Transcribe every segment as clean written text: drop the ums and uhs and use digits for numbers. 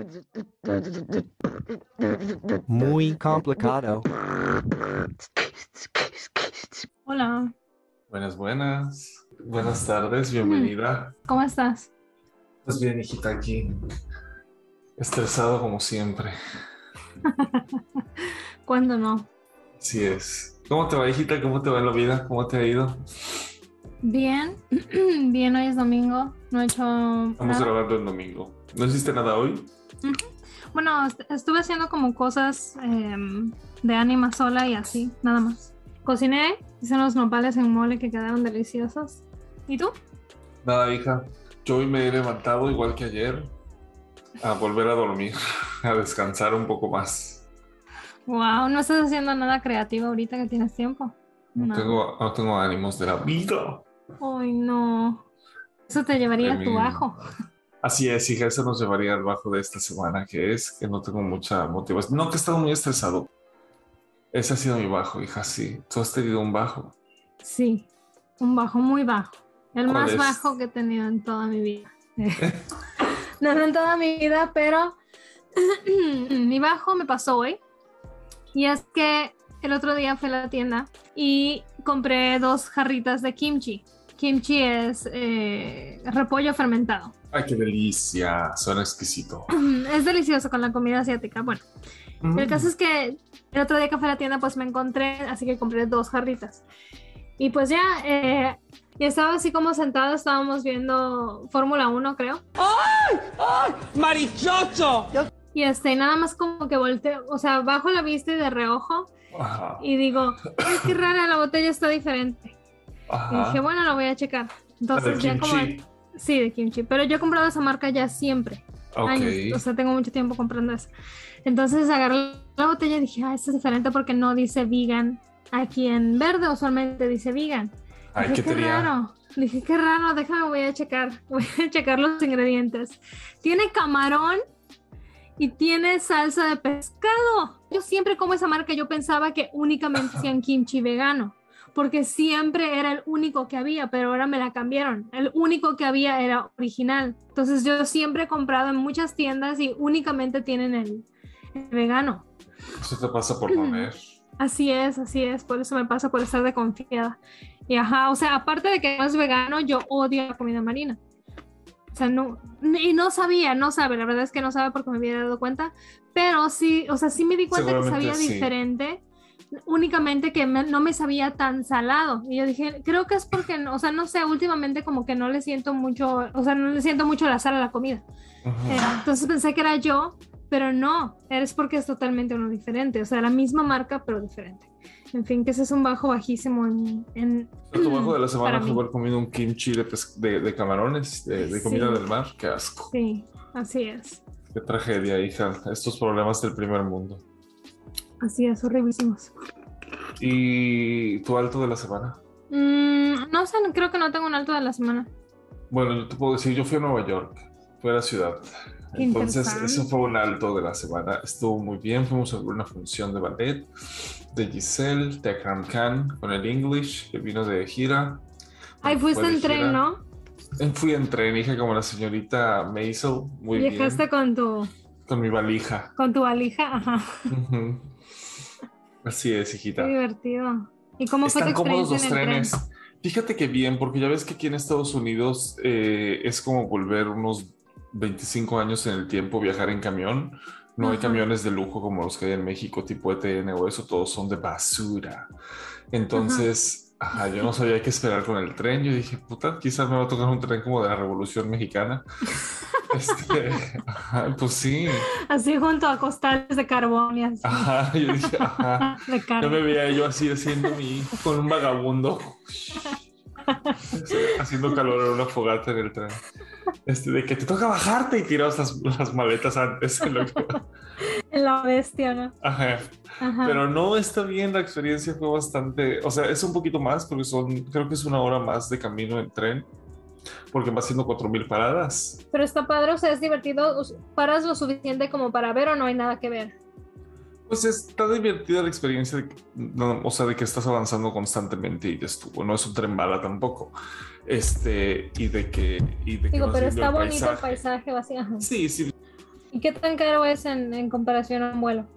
Muy complicado. Hola. Buenas, buenas. Buenas tardes, bienvenida. ¿Cómo estás? Pues bien, hijita, aquí. Estresado como siempre. ¿Cuándo no? Así es. ¿Cómo te va, hijita? ¿Cómo te va la vida? ¿Cómo te ha ido? Bien. Bien, hoy es domingo. No he hecho Estamos nada. grabando el domingo. ¿No hiciste nada hoy? Bueno, estuve haciendo como cosas de ánima sola y así, nada más. Cociné, hice unos nopales en mole que quedaron deliciosos. ¿Y tú? Nada, hija. Yo hoy me he levantado igual que ayer a volver a dormir, a descansar un poco más. Wow, ¿no estás haciendo nada creativo ahorita que tienes tiempo? No tengo ánimos de la vida. Ay, no. Eso te llevaría a tu bajo. Así es, hija, eso nos llevaría al bajo de esta semana, que es que no tengo mucha motivación. No, que he estado muy estresado. Ese ha sido mi bajo, hija, sí. ¿Tú has tenido un bajo? Sí, un bajo muy bajo. El ¿Cuál más es? bajo que he tenido en toda mi vida. No en toda mi vida, pero mi bajo me pasó hoy. Y es que el otro día fui a la tienda y compré 2 jarritas de kimchi. Kimchi es repollo fermentado. Ay, qué delicia, suena exquisito. Es delicioso con la comida asiática. Bueno, el caso es que el otro día que fui a la tienda pues me encontré, así que compré 2 jarritas. Y pues ya estaba así como sentado, estábamos viendo Fórmula 1, creo. ¡Ay! ¡Ay! ¡Marichocho! Y nada más como que volteo, o sea, bajo la vista y de reojo. Ajá. Y digo, ay, qué rara, la botella está diferente. Ajá. Y dije, bueno, lo voy a checar. Entonces ¿De ya como... kimchi? Sí, de kimchi. Pero yo he comprado esa marca ya siempre. Ok. Años. O sea, tengo mucho tiempo comprando eso. Entonces agarré la botella y dije, ah, esta es diferente porque no dice vegan. Aquí en verde usualmente dice vegan. Ay, Dije, qué tenía. raro. Dije, qué raro, déjame, voy a checar. Voy a checar los ingredientes. Tiene camarón y tiene salsa de pescado. Yo siempre como esa marca, yo pensaba que únicamente hacían kimchi vegano, porque siempre era el único que había, pero ahora me la cambiaron. El único que había era original. Entonces yo siempre he comprado en muchas tiendas y únicamente tienen el vegano. Eso te pasa por no ver. Así es, por eso me pasa por estar de confiada. Y ajá, o sea, aparte de que no es vegano, yo odio la comida marina. O sea, no, y no sabe, la verdad es que no sabe porque me había dado cuenta, pero sí, o sea, sí me di cuenta que sabía Sí. diferente, únicamente que no me sabía tan salado. Y yo dije, creo que es porque, o sea, no sé, últimamente como que no le siento mucho, o sea, no le siento mucho la sal a la comida. Entonces pensé que era yo, pero no, es porque es totalmente uno diferente, o sea, la misma marca, pero diferente. En fin, que ese es un bajo bajísimo en Tu bajo de la semana fue mí. haber comido un kimchi de camarones, de comida del mar. Qué asco. Sí, así es. Qué tragedia, hija. Estos problemas del primer mundo. Así es, horriblísimos. ¿Y tu alto de la semana? No sé, creo que no tengo un alto de la semana. Bueno, yo te puedo decir, yo fui a Nueva York, fui a la ciudad. Qué Entonces, interesante. eso fue un alto de la semana. Estuvo muy bien. Fuimos a ver una función de ballet de Giselle, de Akram Khan, con el English, que vino de gira. Ay, fuiste en tren, ¿no? Fui en tren, hija, como la señorita Maisel. Muy bien. Viajaste Con mi valija. con tu valija, ajá. Así es, hijita. Qué divertido. ¿Y cómo fue tu Están cómodos experiencia los en el trenes. tren? Fíjate que bien, porque ya ves que aquí en Estados Unidos es como volver unos 25 años en el tiempo, viajar en camión. No hay camiones de lujo como los que hay en México, tipo ETN o eso, todos son de basura. Entonces, yo no sabía qué esperar con el tren. Yo dije, puta, quizás me va a tocar un tren como de la Revolución Mexicana. Pues sí. Así junto a costales de carbón y así. Yo dije, De ya carne. me veía yo así haciendo mi hijo con un vagabundo. Haciendo calor en una fogata en el tren. De que te toca bajarte y tiras las maletas antes. En la bestia, ¿no? Ajá. Pero no está bien, la experiencia fue bastante, o sea, es un poquito más porque creo que es 1 hora más de camino en tren porque va haciendo 4,000 paradas. Pero está padre, o sea, es divertido. ¿Paras lo suficiente como para ver o no hay nada que ver? Pues está divertida la experiencia, o sea, de que estás avanzando constantemente y no es un tren bala tampoco. Y de que Digo, vas pero viendo está el bonito el paisaje. paisaje o así. Ajá. Sí, ¿Y qué tan caro es en comparación a un vuelo?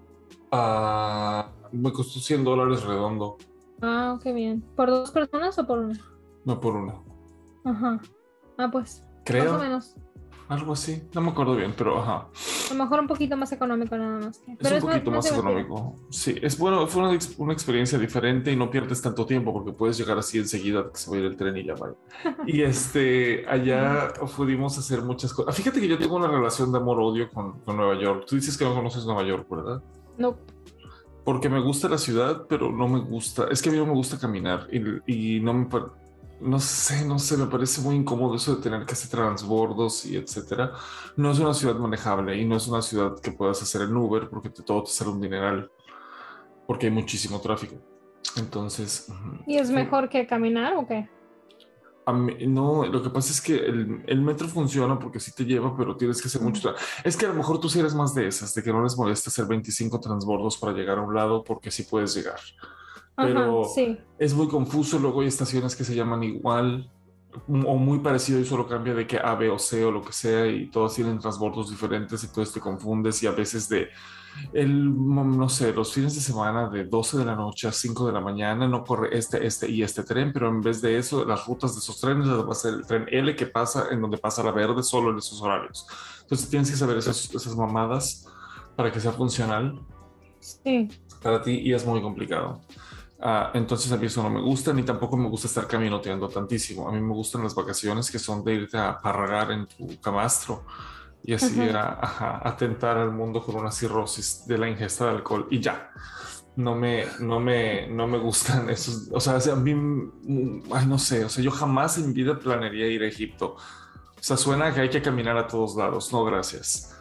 Me costó $100 redondo, Ah, qué bien. ¿Por dos personas o por una? no por uno. Ajá. Ah, pues, más o Creo, menos. algo así, no me acuerdo bien, pero ajá. A lo mejor un poquito más económico nada más. Es Pero un es más, poquito más más divertido. económico. Sí, es bueno, fue una experiencia diferente y no pierdes tanto tiempo porque puedes llegar así enseguida que se va a ir el tren y ya va. Y allá pudimos hacer muchas cosas. Fíjate que yo tengo una relación de amor-odio con Nueva York. Tú dices que no conoces Nueva York, ¿verdad? No. Porque me gusta la ciudad, pero no me gusta. Es que a mí no me gusta caminar y no no sé, me parece muy incómodo eso de tener que hacer transbordos y etcétera. No es una ciudad manejable y no es una ciudad que puedas hacer en Uber porque todo te sale un dineral, porque hay muchísimo tráfico. Entonces, ¿Y es mejor que caminar o qué? no, lo que pasa es que el metro funciona porque sí te lleva, pero tienes que hacer mucho. Es que a lo mejor tú sí eres más de esas, de que no les molesta hacer 25 transbordos para llegar a un lado porque sí puedes llegar. Ajá, Pero sí. es muy confuso. Luego hay estaciones que se llaman igual o muy parecido y solo cambia de que A, B o C o lo que sea y todos tienen transbordos diferentes y entonces te confundes y a veces no sé, los fines de semana de 12 de la noche a 5 de la mañana no corre este y este tren, pero en vez de eso, las rutas de esos trenes las va a ser el tren L que pasa en donde pasa la verde solo en esos horarios. Entonces tienes que saber esas mamadas para que sea funcional Sí. para ti y es muy complicado. Entonces a mí eso no me gusta, ni tampoco me gusta estar caminoteando tantísimo. A mí me gustan las vacaciones que son de irte a parragar en tu camastro y así Ajá. a tentar al mundo con una cirrosis de la ingesta de alcohol y ya. No me gustan esos, o sea, a mí, ay, no sé, o sea, yo jamás en vida planearía ir a Egipto. O sea, suena que hay que caminar a todos lados. No, gracias.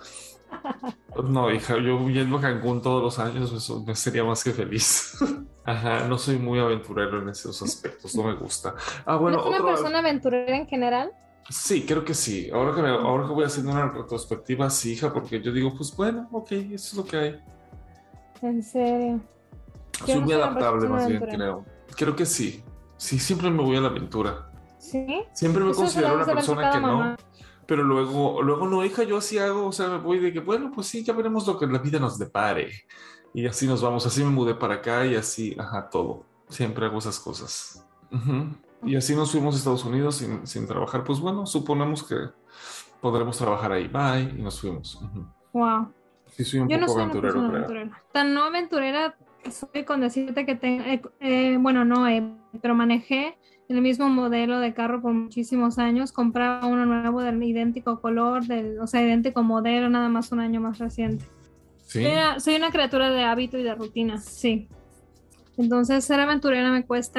No, hija, yo yendo a Cancún todos los años, eso me sería más que feliz. Ajá, no soy muy aventurero en esos aspectos, no me gusta. Bueno, ¿Eres una persona aventurera en general? sí, creo que sí. Ahora que voy haciendo una retrospectiva, sí, hija, porque yo digo, pues bueno, ok, eso es lo que hay. En serio. Yo Soy no muy soy una adaptable, persona más bien, aventurera. creo. Creo que sí. Sí, siempre me voy a la aventura. ¿Sí? Siempre me Eso se lo considero debes una de haber persona sacado a que no, mamá. pero luego no, hija, yo así hago, o sea, me voy de que, bueno, pues sí, ya veremos lo que la vida nos depare. Y así nos vamos, así me mudé para acá y así, ajá, todo. Siempre hago esas cosas. Ujú. Y así nos fuimos a Estados Unidos sin trabajar. Pues bueno, suponemos que podremos trabajar ahí. Bye, y nos fuimos. Ujú. Wow. Sí, soy un Yo no poco soy una aventurero, persona creo. aventurera. Tan no aventurera soy con decirte que tengo, bueno, no, pero manejé el mismo modelo de carro por muchísimos años. Compraba uno nuevo del idéntico color, o sea, idéntico modelo, nada más un año más reciente. Sí. Soy una criatura de hábito y de rutina, sí. Entonces, ser aventurera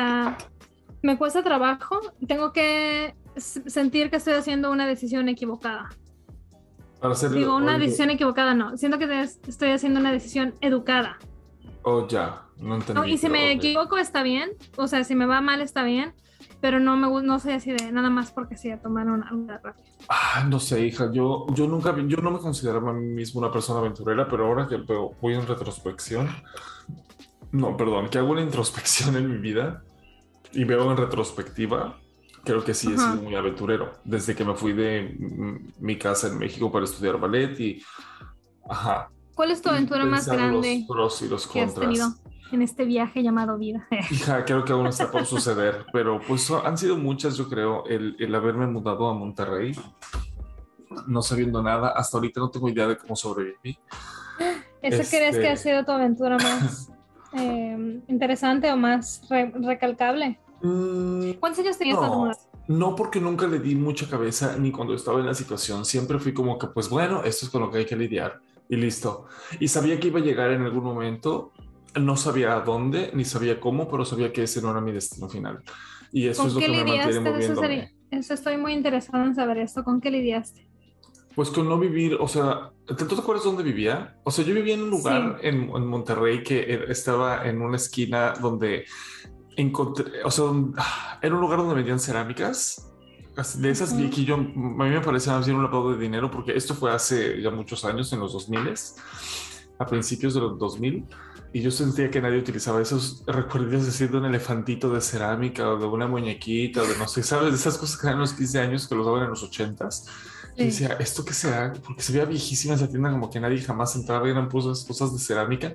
me cuesta trabajo y tengo que sentir que estoy haciendo una decisión equivocada. Para hacer, Digo, una oye, decisión equivocada, no. Siento que estoy haciendo una decisión educada. oh, ya, no No, entendí, y si pero me ok. equivoco está bien, o sea, si me va mal está bien, pero no soy así de nada más porque sí, a tomar una rápido. No sé, hija, yo no me consideraba a mí mismo una persona aventurera, pero ahora que voy en retrospección, no, perdón, que hago una introspección en mi vida y veo en retrospectiva, creo que sí he sido Ajá. muy aventurero desde que me fui de mi casa en México para estudiar ballet ajá, ¿Cuál es tu y aventura más pensar los grande pros y los que has tenido contras. en este viaje llamado vida? Hija, creo que aún está por suceder, pero pues han sido muchas, yo creo, el haberme mudado a Monterrey, no sabiendo nada, hasta ahorita no tengo idea de cómo sobreviví. ¿Eso crees que ha Este, sido tu aventura más interesante o más recalcable? ¿Cuántos años tenías cuando te no, mudaste? no porque nunca le di mucha cabeza ni cuando estaba en la situación, siempre fui como que, pues bueno, esto es con lo que hay que lidiar y listo. Y sabía que iba a llegar en algún momento, no sabía a dónde ni sabía cómo, pero sabía que ese no era mi destino final. Y eso es ¿Con lo qué que me mantiene lidiaste? moviéndome. Eso estoy muy interesada en saber esto. ¿Con qué lidiaste? Pues con no vivir, o sea, ¿tú te acuerdas dónde vivía? O sea, yo vivía en un lugar Sí. en Monterrey que estaba en una esquina donde encontré, o sea, era un lugar donde vendían cerámicas, de esas Ujú. que yo, a mí me parecía más bien un lavado de dinero, porque esto fue hace ya muchos años, en los 2000. a principios de los 2000 y yo sentía que nadie utilizaba esos recuerdos de un elefantito de cerámica o de una muñequita o de no sé, ¿sabes? De esas cosas que eran en los 15 años que los daban en los 80s. Yo Sí. decía, ¿esto qué será? Porque se veía viejísima esa tienda, como que nadie jamás entraba y eran puras cosas de cerámica.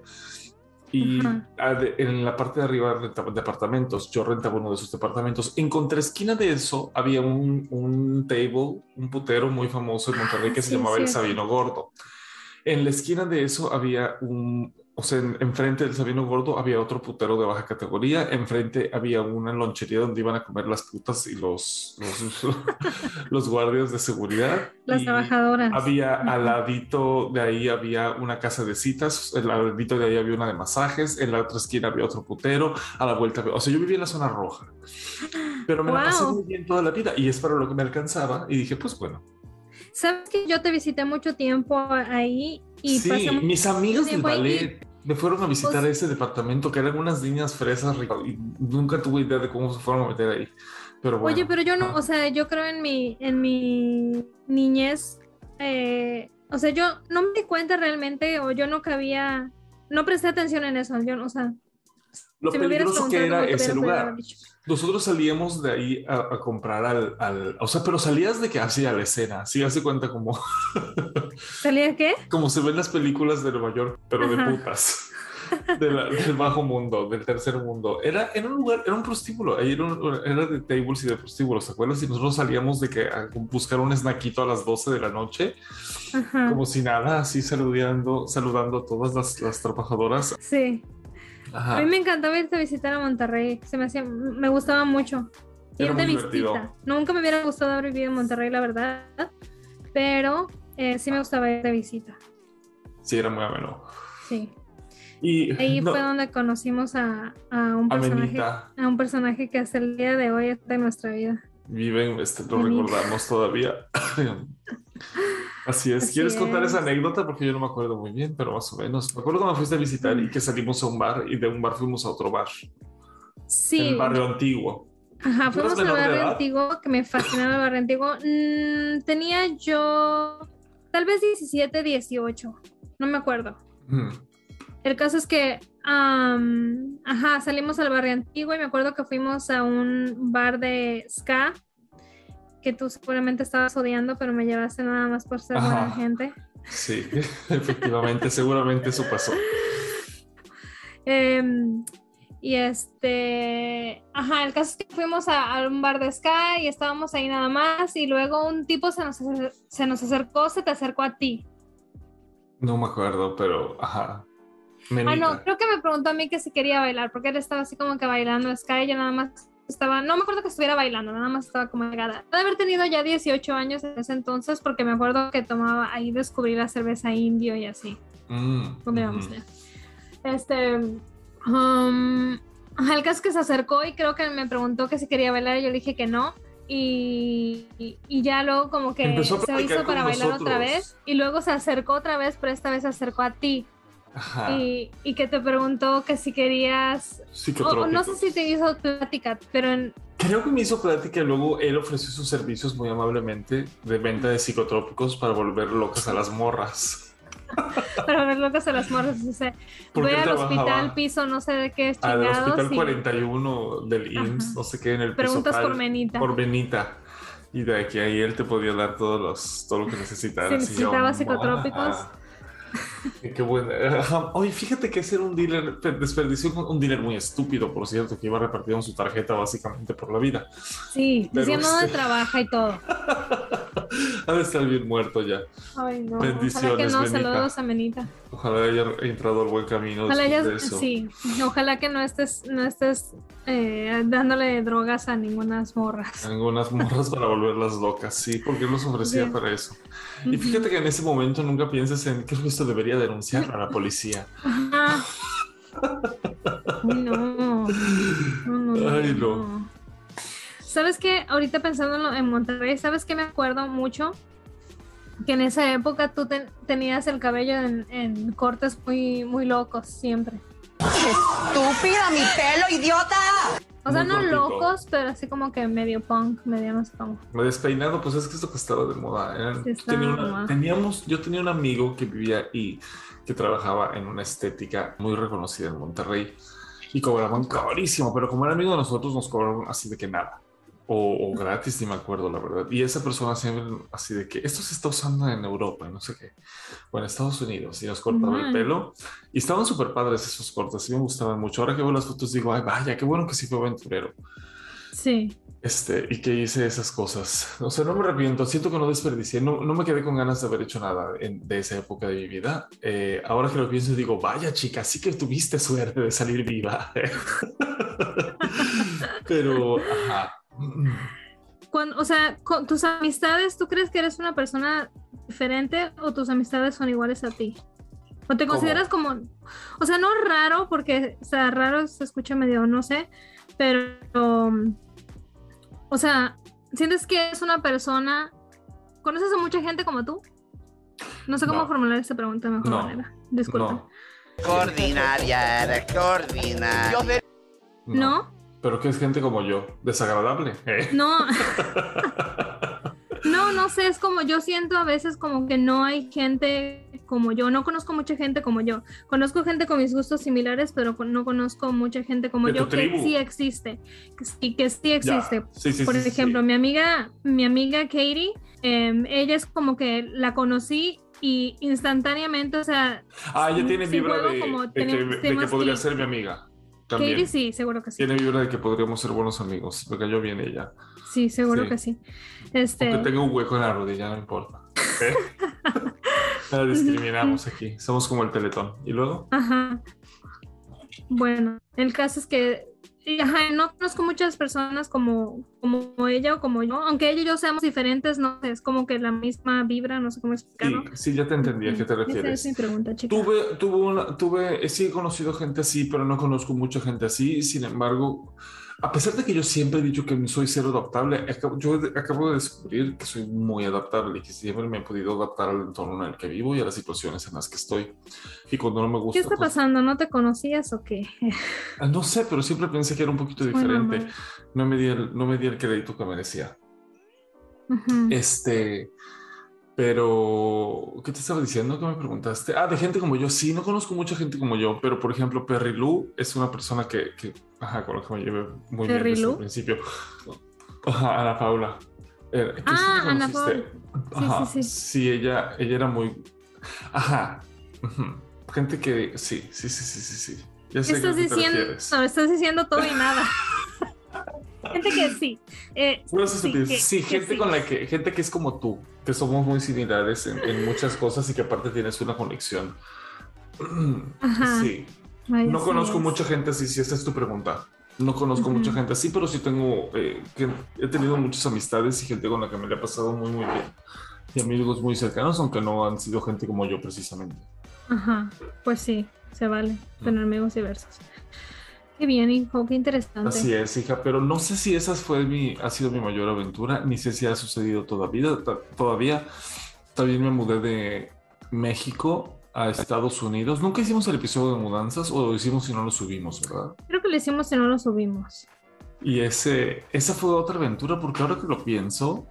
Y Ajá. en la parte de arriba rentaban departamentos. Yo rentaba uno de esos departamentos. En contraesquina de eso había un table, un putero muy famoso en Monterrey Ah, que se sí, es llamaba El cierto. Sabino Gordo. En la esquina de eso había o sea, enfrente del Sabino Gordo había otro putero de baja categoría. Enfrente había una lonchería donde iban a comer las putas y los guardias de seguridad. Las Y trabajadoras. había al Ujú. ladito de ahí había una casa de citas. Al ladito de ahí había una de masajes. En la otra esquina había otro putero. A la vuelta, o sea, yo vivía en la zona roja, pero me la pasé muy Wow. bien toda la vida y es para lo que me alcanzaba. Y dije, pues bueno, ¿Sabes que yo te visité mucho tiempo ahí y pasé sí, mis mucho amigos del tiempo ahí? Y ballet me fueron a visitar pues, ese departamento que eran unas niñas fresas y nunca tuve idea de cómo se fueron a meter ahí. Pero oye, bueno, pero yo no, o ajá. sea, yo creo en mi niñez, o sea, yo no me di cuenta realmente, o yo no cabía, no presté atención en eso, yo, o sea, Lo si me hubieras peligroso que preguntado, era como que ese hubieras podido haber lugar. dicho. Nosotros salíamos de ahí a comprar o sea, pero salías de que hacía la escena, sí, hace cuenta como, ¿Salía qué? como se ven las películas de Nueva York, pero de Ajá. putas. Del bajo mundo, del tercer mundo. Era un lugar, era un prostíbulo. Ahí era de tables y de prostíbulos, ¿te acuerdas? Y nosotros salíamos de que a buscar un snackito a las 12 de la noche, Ajá. como si nada, así saludando a todas las trabajadoras. Sí. A mí Ajá, me encantaba irte a visitar a Monterrey, me gustaba mucho era ir de muy visita. divertido. Nunca me hubiera gustado haber vivido en Monterrey, la verdad, pero sí me gustaba ir de visita. Sí, era muy ameno. Sí. Y Ahí fue no, donde conocimos amenita, a un personaje que hasta el día de hoy está en nuestra vida. viven, lo Benita. recordamos todavía. Así es. Así ¿Quieres contar esa es. anécdota? Porque yo no me acuerdo muy bien, pero más o menos. Me acuerdo que me fuiste a visitar y que salimos a un bar y de un bar fuimos a otro bar en el Sí, barrio antiguo. ajá, ¿Tú eras fuimos al menor de barrio edad? antiguo, que me fascinaba el barrio antiguo. Tenía yo tal vez 17, 18, no me acuerdo. Mm. El caso es que, ajá, salimos al barrio antiguo y me acuerdo que fuimos a un bar de ska que tú seguramente estabas odiando, pero me llevaste nada más por ser buena Ajá, gente. sí, efectivamente, seguramente eso pasó. Em, y ajá, el caso es que fuimos a un bar de ska y estábamos ahí nada más y luego un tipo se nos acercó, se te acercó a ti. No me acuerdo, pero ajá, Ah, no, menita. creo que me preguntó a mí que si quería bailar, porque él estaba así como que bailando ska y yo nada más estaba, no me acuerdo que estuviera bailando, nada más estaba como pegada. De haber tenido ya 18 años en ese entonces, porque me acuerdo que tomaba, ahí descubrí la cerveza indio y así. ¿Dónde vamos Ujú. allá? Este, ajá, el caso es que se acercó y creo que me preguntó que si quería bailar y yo le dije que no. Y ya luego como Empezó que a se platicar hizo con para bailar otra nosotros. vez y luego se acercó otra vez, pero esta vez se acercó a ti Ajá, y que te preguntó que si querías, o no sé si psicotrópicos. te hizo plática, pero Creo que me hizo plática y luego él ofreció sus servicios muy amablemente de venta de psicotrópicos para volver locas a las morras. para ver lo que se las morras, dice, voy Porque él al hospital, trabajaba piso, no sé de qué al chingados hospital y, 41 del IMSS, ajá, no sé qué, en el piso preguntas por tal, por Menita. Benita. Y de aquí ahí él te podía dar todo lo que Si necesitaras. Y yo, necesitaba psicotrópicos. "Ma". Qué bueno. Ajá. Oye, fíjate que ese era un dealer, desperdició un dealer muy estúpido, por cierto, que iba repartiendo su tarjeta básicamente por la vida. Sí, Pero diciendo dónde trabaja y todo. ha de estar bien muerto ya. Ay, no. Ojalá que Bendiciones, no, Benita. saludos a Menita. Ojalá haya entrado al buen camino Ojalá después ella, de eso. sí, ojalá que no estés dándole drogas a ninguna morras. Algunas morras para volverlas locas, sí, porque él los ofrecía Sí. para eso. Y Ujú. fíjate que en ese momento nunca pienses en que esto debería denunciarlo a la policía. Ajá. Uy, no. No, no, no, Ay, no, no. no. ¿Sabes qué? Ahorita pensando en Monterrey, ¿sabes qué me acuerdo mucho? Que en esa época tú tenías el cabello en cortes muy, muy locos siempre. Estúpida, mi pelo, idiota. O sea, Muy no cortito. locos, pero así como que medio punk, medio no sé cómo. Me despeinado, pues es que es lo que estaba de moda. Sí, está, Yo tenía un amigo que vivía ahí, que trabajaba en una estética muy reconocida en Monterrey y cobraban carísimo, pero como era amigo de nosotros, nos cobraron así de que nada. O gratis, ni me acuerdo, la verdad. Y esa persona siempre así de que esto se está usando en Europa, no sé qué, o en Estados Unidos, y nos cortaba el pelo. Y estaban súper padres esos cortes, y me gustaban mucho. Ahora que veo las fotos digo, ay, vaya, qué bueno que sí fue aventurero. Sí. Y que hice esas cosas. O sea, no me arrepiento, siento que no desperdicié, no me quedé con ganas de haber hecho nada de esa época de mi vida. Ahora que lo pienso digo, vaya chica, sí que tuviste suerte de salir viva. Pero, ajá. O sea, con tus amistades, ¿tú crees que eres una persona diferente o tus amistades son iguales a ti? ¿O te consideras como, o sea, no raro, porque, o sea, raro se escucha medio, no sé, pero, o sea, ¿sientes que es una persona, conoces a mucha gente como tú? No sé cómo formular esta pregunta de mejor manera. Disculpa. No. Coordinaria, coordinaria. ¿No? Pero que es gente como yo, desagradable. No. No sé, es como yo siento a veces como que no hay gente como yo, no conozco mucha gente como yo. Conozco gente con mis gustos similares, pero no conozco mucha gente como yo que sí existe. Que sí existe. Sí, Por ejemplo, mi amiga Katie, ella es como que la conocí y instantáneamente, o sea... ella tiene vibra de que podría ser mi amiga. También. Katie sí, seguro que sí. Tiene vibra de que podríamos ser buenos amigos. Me cayó bien ella. Sí, seguro que sí. Aunque tenga un hueco en la rodilla, no importa. La discriminamos aquí. Somos como el Teletón. ¿Y luego? Ajá. Bueno, el caso es que no conozco muchas personas como ella o como yo, aunque ella y yo seamos diferentes, no sé, es como que la misma vibra, no sé cómo explicarlo. Sí, ya te entendí a qué te refieres. Esa es mi pregunta, chica. Sí he conocido gente así, pero no conozco mucha gente así. Sin embargo, a pesar de que yo siempre he dicho que soy cero adaptable, yo acabo de descubrir que soy muy adaptable y que siempre me he podido adaptar al entorno en el que vivo y a las situaciones en las que estoy. Y cuando no me gusta... ¿Qué está pasando? ¿No te conocías o qué? No sé, pero siempre pensé que era un poquito diferente. No me di el crédito que merecía. Uh-huh. Pero, ¿qué te estaba diciendo? ¿Qué me preguntaste? De gente como yo. Sí, no conozco mucha gente como yo, pero por ejemplo, Perry Lou es una persona con la que me llevé muy bien desde el principio. Ana Paula. Ana Paula. Sí. Sí, ella era muy... Gente que sí. Ya sé ¿Qué estás diciendo? No, estás diciendo todo y nada. Gente que sí. Gente que es como tú, que somos muy similares en muchas cosas y que aparte tienes una conexión. Ajá. Sí. No conozco mucha gente así, si esta es tu pregunta. No conozco mucha gente así, pero sí tengo, he tenido muchas amistades y gente con la que me le ha pasado muy, muy bien. Y amigos muy cercanos, aunque no han sido gente como yo precisamente. Ajá, pues sí, se vale tener amigos diversos. Qué bien, hijo, qué interesante. Así es, hija, pero no sé si esa ha sido mi mayor aventura, ni sé si ha sucedido todavía. También me mudé de México a Estados Unidos. Nunca hicimos el episodio de mudanzas, o lo hicimos y no lo subimos, ¿verdad? Creo que lo hicimos y no lo subimos. Y esa fue otra aventura, porque ahora que lo pienso,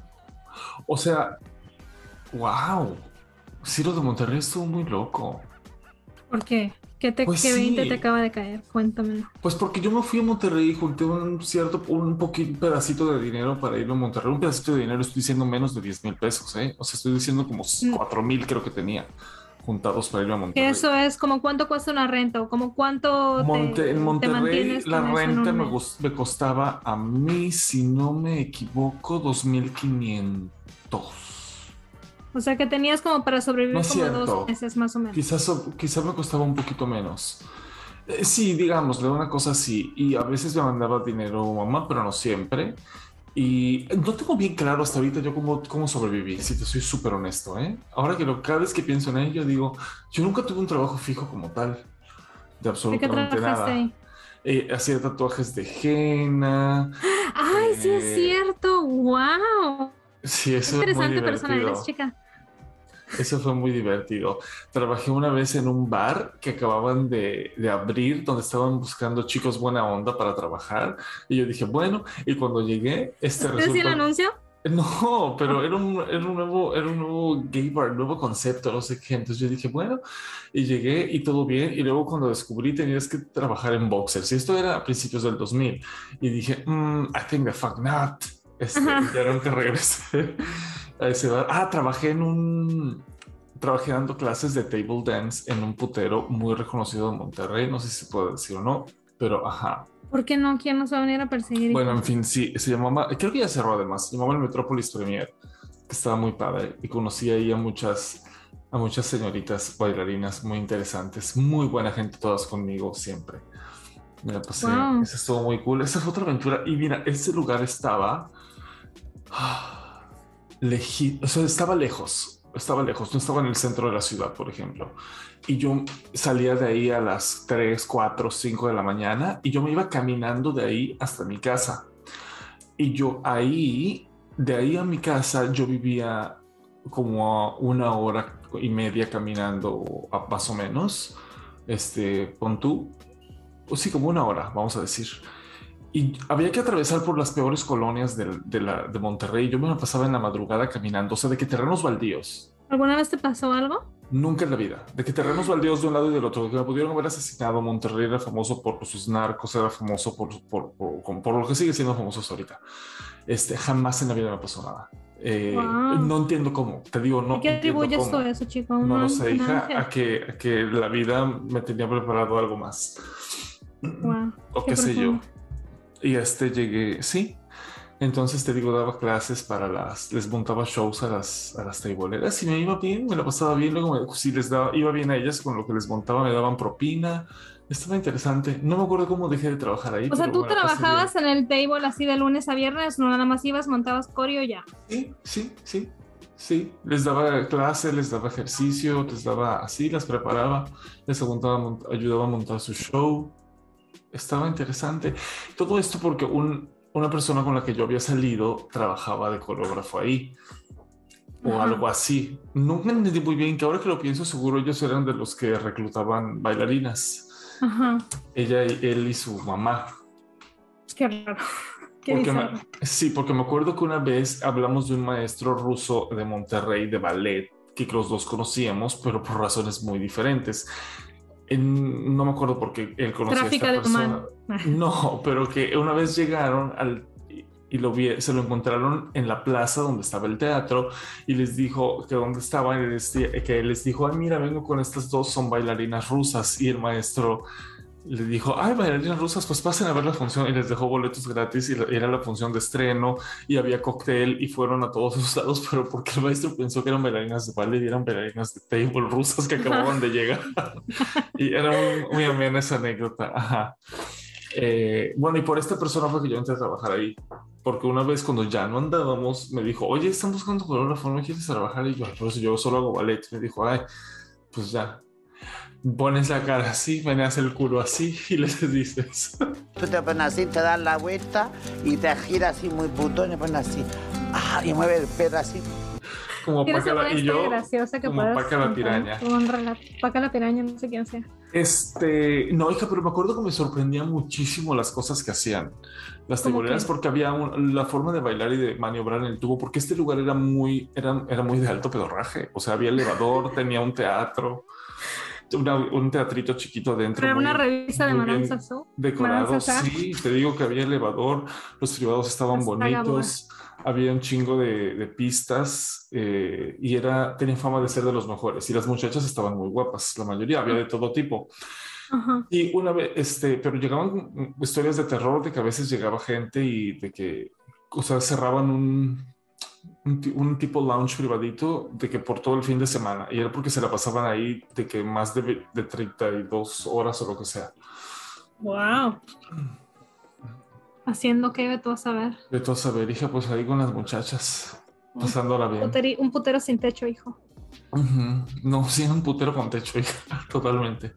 o sea, wow, sí, lo de Monterrey estuvo muy loco. ¿Por qué? ¿Qué 20 te acaba de caer? Cuéntamelo. Pues porque yo me fui a Monterrey y junté un pedacito de dinero para ir a Monterrey. Un pedacito de dinero, estoy diciendo menos de 10,000 pesos, ¿eh? O sea, estoy diciendo como 4,000 creo que tenía juntados para ir a Monterrey. Eso es como cuánto cuesta una renta o como cuánto en Monterrey te mantienes la con renta eso me costaba a mí, si no me equivoco, 2,500. O sea que tenías como para sobrevivir no como cierto. 2 meses más o menos. Quizás me costaba un poquito menos. Sí, digámosle una cosa así. Y a veces me mandaba dinero mamá, pero no siempre. Y no tengo bien claro hasta ahorita yo cómo sobreviví, si te soy súper honesto, ¿eh? Ahora que cada vez que pienso en ello, digo, yo nunca tuve un trabajo fijo como tal. De absolutamente nada. Ahí? Hacía tatuajes de henna. ¡Ay, sí es cierto! ¡Wow! Sí, eso es muy divertido. Interesante persona eres, chica. Eso fue muy divertido. Trabajé una vez en un bar que acababan de abrir, donde estaban buscando chicos buena onda para trabajar. Y yo dije, bueno, y cuando llegué, ¿Ustedes sí el anuncio? No, pero era un nuevo gay bar, nuevo concepto, no sé qué. Entonces yo dije, bueno, y llegué y todo bien. Y luego cuando descubrí tenías que trabajar en boxers. Y esto era a principios del 2000. Y dije, I think the fuck not. Ya nunca regresé a ese bar. Trabajé dando clases de table dance en un putero muy reconocido de Monterrey. No sé si se puede decir o no, pero ajá. ¿Por qué no? ¿Quién nos va a venir a perseguir? Bueno, en fin, sí, se llamaba, creo que ya cerró además, se llamaba el Metropolis Premier, que estaba muy padre y conocí ahí a muchas señoritas bailarinas muy interesantes, muy buena gente, todas conmigo siempre. Me la pasé, Wow. eso estuvo muy cool. Esa fue otra aventura. Y mira, ese lugar estaba o sea, estaba lejos, no estaba en el centro de la ciudad, por ejemplo. Y yo salía de ahí a las 3, 4, 5 de la mañana y yo me iba caminando de ahí hasta mi casa. Y yo ahí, de ahí a mi casa, yo vivía como a 1 hora y media caminando, más o menos. Pon tú, o sí, como 1 hora, vamos a decir. Y había que atravesar por las peores colonias de Monterrey. Yo me la pasaba en la madrugada caminando, o sea, de que terrenos baldíos. ¿Alguna vez te pasó algo? Nunca en la vida. De que terrenos baldíos de un lado y del otro, que me pudieron haber asesinado. Monterrey era famoso por sus narcos, era famoso por lo que sigue siendo famosos ahorita. Jamás en la vida me pasó nada. Wow. No entiendo cómo, te digo, no ¿A qué entiendo atribuyes cómo. tú eso, chico? No lo sé, Un hija, ángel. a que la vida me tenía preparado algo más. Wow. O Qué qué sé yo. profundo. Y llegué, sí. Entonces te digo, daba clases les montaba shows a las teiboleras y me iba bien, me la pasaba bien. Luego, si iba bien a ellas con lo que les montaba, me daban propina. Estaba interesante. No me acuerdo cómo dejé de trabajar ahí, O sea, pero tú me la pasé bien. trabajabas en el table así de lunes a viernes, no nada más ibas, montabas coreo ya. Sí, sí, sí, sí. Les daba clase, les daba ejercicio, les daba así, las preparaba, ayudaba a montar su show. Estaba interesante. Todo esto porque una persona con la que yo había salido trabajaba de coreógrafo ahí o Ajá. algo así. Nunca entendí muy bien, que ahora que lo pienso, seguro ellos eran de los que reclutaban bailarinas. Ajá. Él y su mamá. Qué raro. Qué Porque bizarro. sí, porque me acuerdo que una vez hablamos de un maestro ruso de Monterrey de ballet que los dos conocíamos, pero por razones muy diferentes. No me acuerdo por qué él conocía a Tráfico esta de persona. humano. No, pero que una vez llegaron y se lo encontraron en la plaza donde estaba el teatro y les dijo que dónde estaban que les dijo, ay, mira, vengo con estas dos, son bailarinas rusas. Y el maestro le dijo, ay, bailarinas rusas, pues pasen a ver la función, y les dejó boletos gratis y era la función de estreno y había cóctel y fueron a todos los lados, pero porque el maestro pensó que eran bailarinas de ballet y eran bailarinas de table rusas que acababan de llegar. Y era muy amena esa anécdota. Ajá. Bueno, y por esta persona fue que yo entré a trabajar ahí, porque una vez cuando ya no andábamos, me dijo, oye, están buscando coreógrafo, ¿no quieres trabajar? Y yo, por eso yo solo hago ballet. Me dijo, ay, pues ya, pones la cara así, meneas el culo así y les dices. Tú te pones así, te das la vuelta y te giras así muy putón y pones así. Y mueve el pelo así. Como Tienes Paca una y historia yo, graciosa que como puedas Paca la contar, piraña. como un relato. Paca la piraña, no sé quién sea. No, hija, pero me acuerdo que me sorprendía muchísimo las cosas que hacían las ¿Cómo teiboleras, qué? porque había la forma de bailar y de maniobrar en el tubo, porque este lugar era muy de alto pedorraje. O sea, había elevador, tenía un teatro, un teatrito chiquito adentro, Era una revista de muy Madame bien Sassou. decorado. Sassou. Sí, te digo que había elevador, los privados estaban Hasta Gabor. bonitos, había un chingo de pistas y tenía fama de ser de los mejores. Y las muchachas estaban muy guapas, la mayoría, había de todo tipo. Ajá. Y una vez, pero llegaban historias de terror, de que a veces llegaba gente y de que, o sea, cerraban un tipo lounge privadito de que por todo el fin de semana, y era porque se la pasaban ahí de que más de 32 horas o lo que sea. Wow. Haciendo que tú a saber. De todo saber, hija, pues ahí con las muchachas, pasándola bien. Un putero sin techo, hijo. No, sí, un putero con techo, hija, totalmente.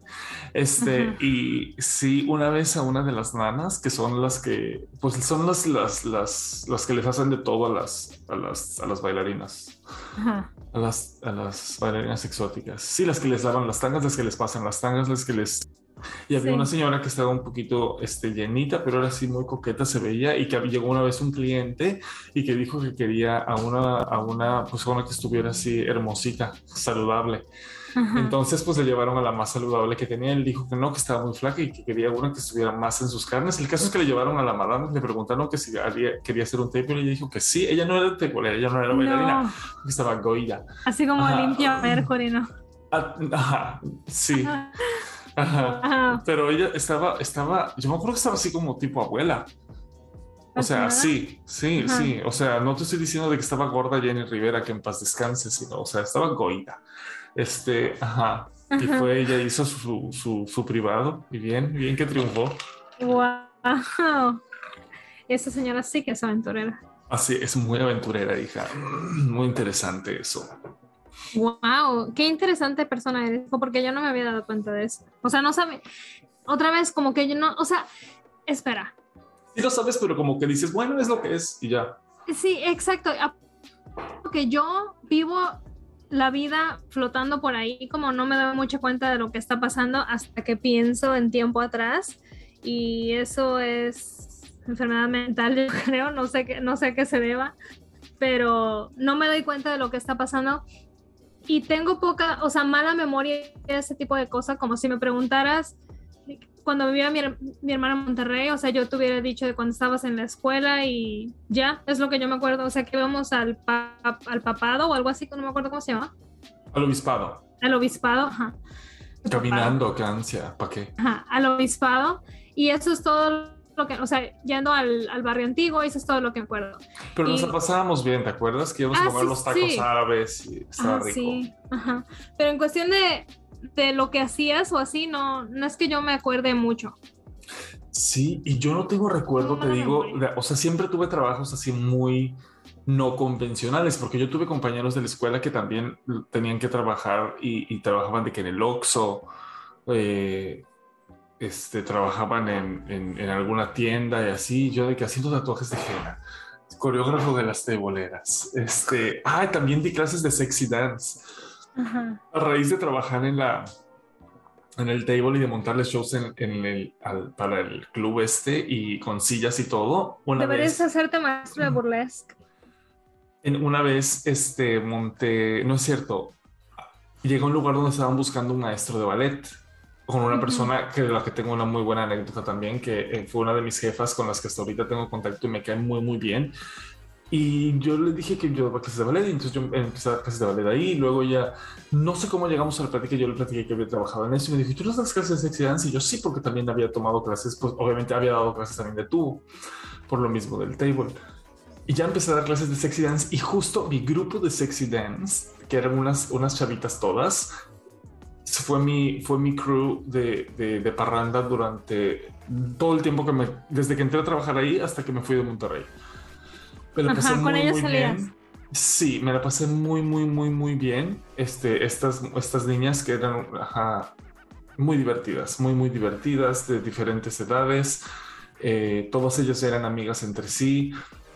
Y sí, una vez a una de las nanas, que son las que, pues son las que les hacen de todo a las bailarinas, Ajá. a las bailarinas exóticas. Sí, las que les lavan las tangas, las que les pasan las tangas, las que les Y había Sí. una señora que estaba un poquito llenita, pero era así muy coqueta, se veía, y que llegó una vez un cliente y que dijo que quería a una persona que estuviera así hermosita, saludable. Ajá. Entonces, pues le llevaron a la más saludable que tenía. Él dijo que no, que estaba muy flaca y que quería una que estuviera más en sus carnes. El caso es que le llevaron a la madame, le preguntaron que si quería hacer un table y ella dijo que sí. Ella no era table, ella no era bailarina, No, que estaba goida. así como Ajá. limpia Mercury, ¿no? Ajá, sí. Ajá. Ajá. Pero ella yo me acuerdo que estaba así como tipo abuela. O ¿La sea, señora? sí. Ajá. O sea, no te estoy diciendo de que estaba gorda Jenny Rivera, que en paz descanse, sino, o sea, estaba goida. Ajá. Y Ajá. fue, ella hizo su privado. Y bien que triunfó. Wow. Esa señora sí que es aventurera. Así, es muy aventurera, hija. Muy interesante eso. Wow, qué interesante persona eres, porque yo no me había dado cuenta de eso. O sea, no sabe. Otra vez, como que yo no. O sea, espera. Sí lo sabes, pero como que dices, bueno, es lo que es y ya. Sí, exacto. Porque yo vivo la vida flotando por ahí, como no me doy mucha cuenta de lo que está pasando hasta que pienso en tiempo atrás. Y eso es enfermedad mental, yo creo. No sé a qué se deba, pero no me doy cuenta de lo que está pasando. Y tengo poca, o sea, mala memoria de ese tipo de cosas, como si me preguntaras cuando vivía mi hermana en Monterrey, o sea, yo te hubiera dicho de cuando estabas en la escuela y ya, es lo que yo me acuerdo, o sea, que íbamos al papado o algo así, no me acuerdo cómo se llama. Al obispado. Al obispado, ajá. El Caminando, qué ansia, ¿para qué? Ajá, al obispado, y eso es todo lo que, o sea, yendo al barrio antiguo, eso es todo lo que me acuerdo. Pero nos Y- la pasábamos bien, ¿te acuerdas? Que íbamos a comer sí, los tacos sí. árabes y estaba rico. Sí, ajá. Pero en cuestión de lo que hacías o así, no es que yo me acuerde mucho. Sí, y yo no tengo recuerdo, Tengo te mala digo, memoria. o sea, siempre tuve trabajos así muy no convencionales, porque yo tuve compañeros de la escuela que también tenían que trabajar y trabajaban de que en el Oxxo, eh, trabajaban en alguna tienda y así, yo de que haciendo tatuajes de henna, coreógrafo de las teboleras, también di clases de sexy dance, Ajá. a raíz de trabajar en el table y de montarles shows para el club y con sillas y todo. Deberías hacerte maestro de burlesque. Una vez, monté, no es cierto, llegué a un lugar donde estaban buscando un maestro de ballet con una persona de la que tengo una muy buena anécdota también, que fue una de mis jefas con las que hasta ahorita tengo contacto y me cae muy, muy bien. Y yo le dije que yo daba clases de ballet, y entonces yo empecé a dar clases de ballet ahí, y luego ya, no sé cómo llegamos a la plática, yo le platiqué que había trabajado en eso, y me dijo, ¿tú no das clases de sexy dance? Y yo sí, porque también había tomado clases, pues obviamente había dado clases también de tubo, por lo mismo del table. Y ya empecé a dar clases de sexy dance, y justo mi grupo de sexy dance, que eran unas chavitas todas, fue mi crew de parranda durante todo el tiempo desde que entré a trabajar ahí hasta que me fui de Monterrey. Me la pasé Ajá, con muy, ellos muy salías. bien. Sí, me la pasé muy, muy, muy, muy bien. Estas niñas que eran muy divertidas, muy, muy divertidas, de diferentes edades. Todas ellas eran amigas entre sí.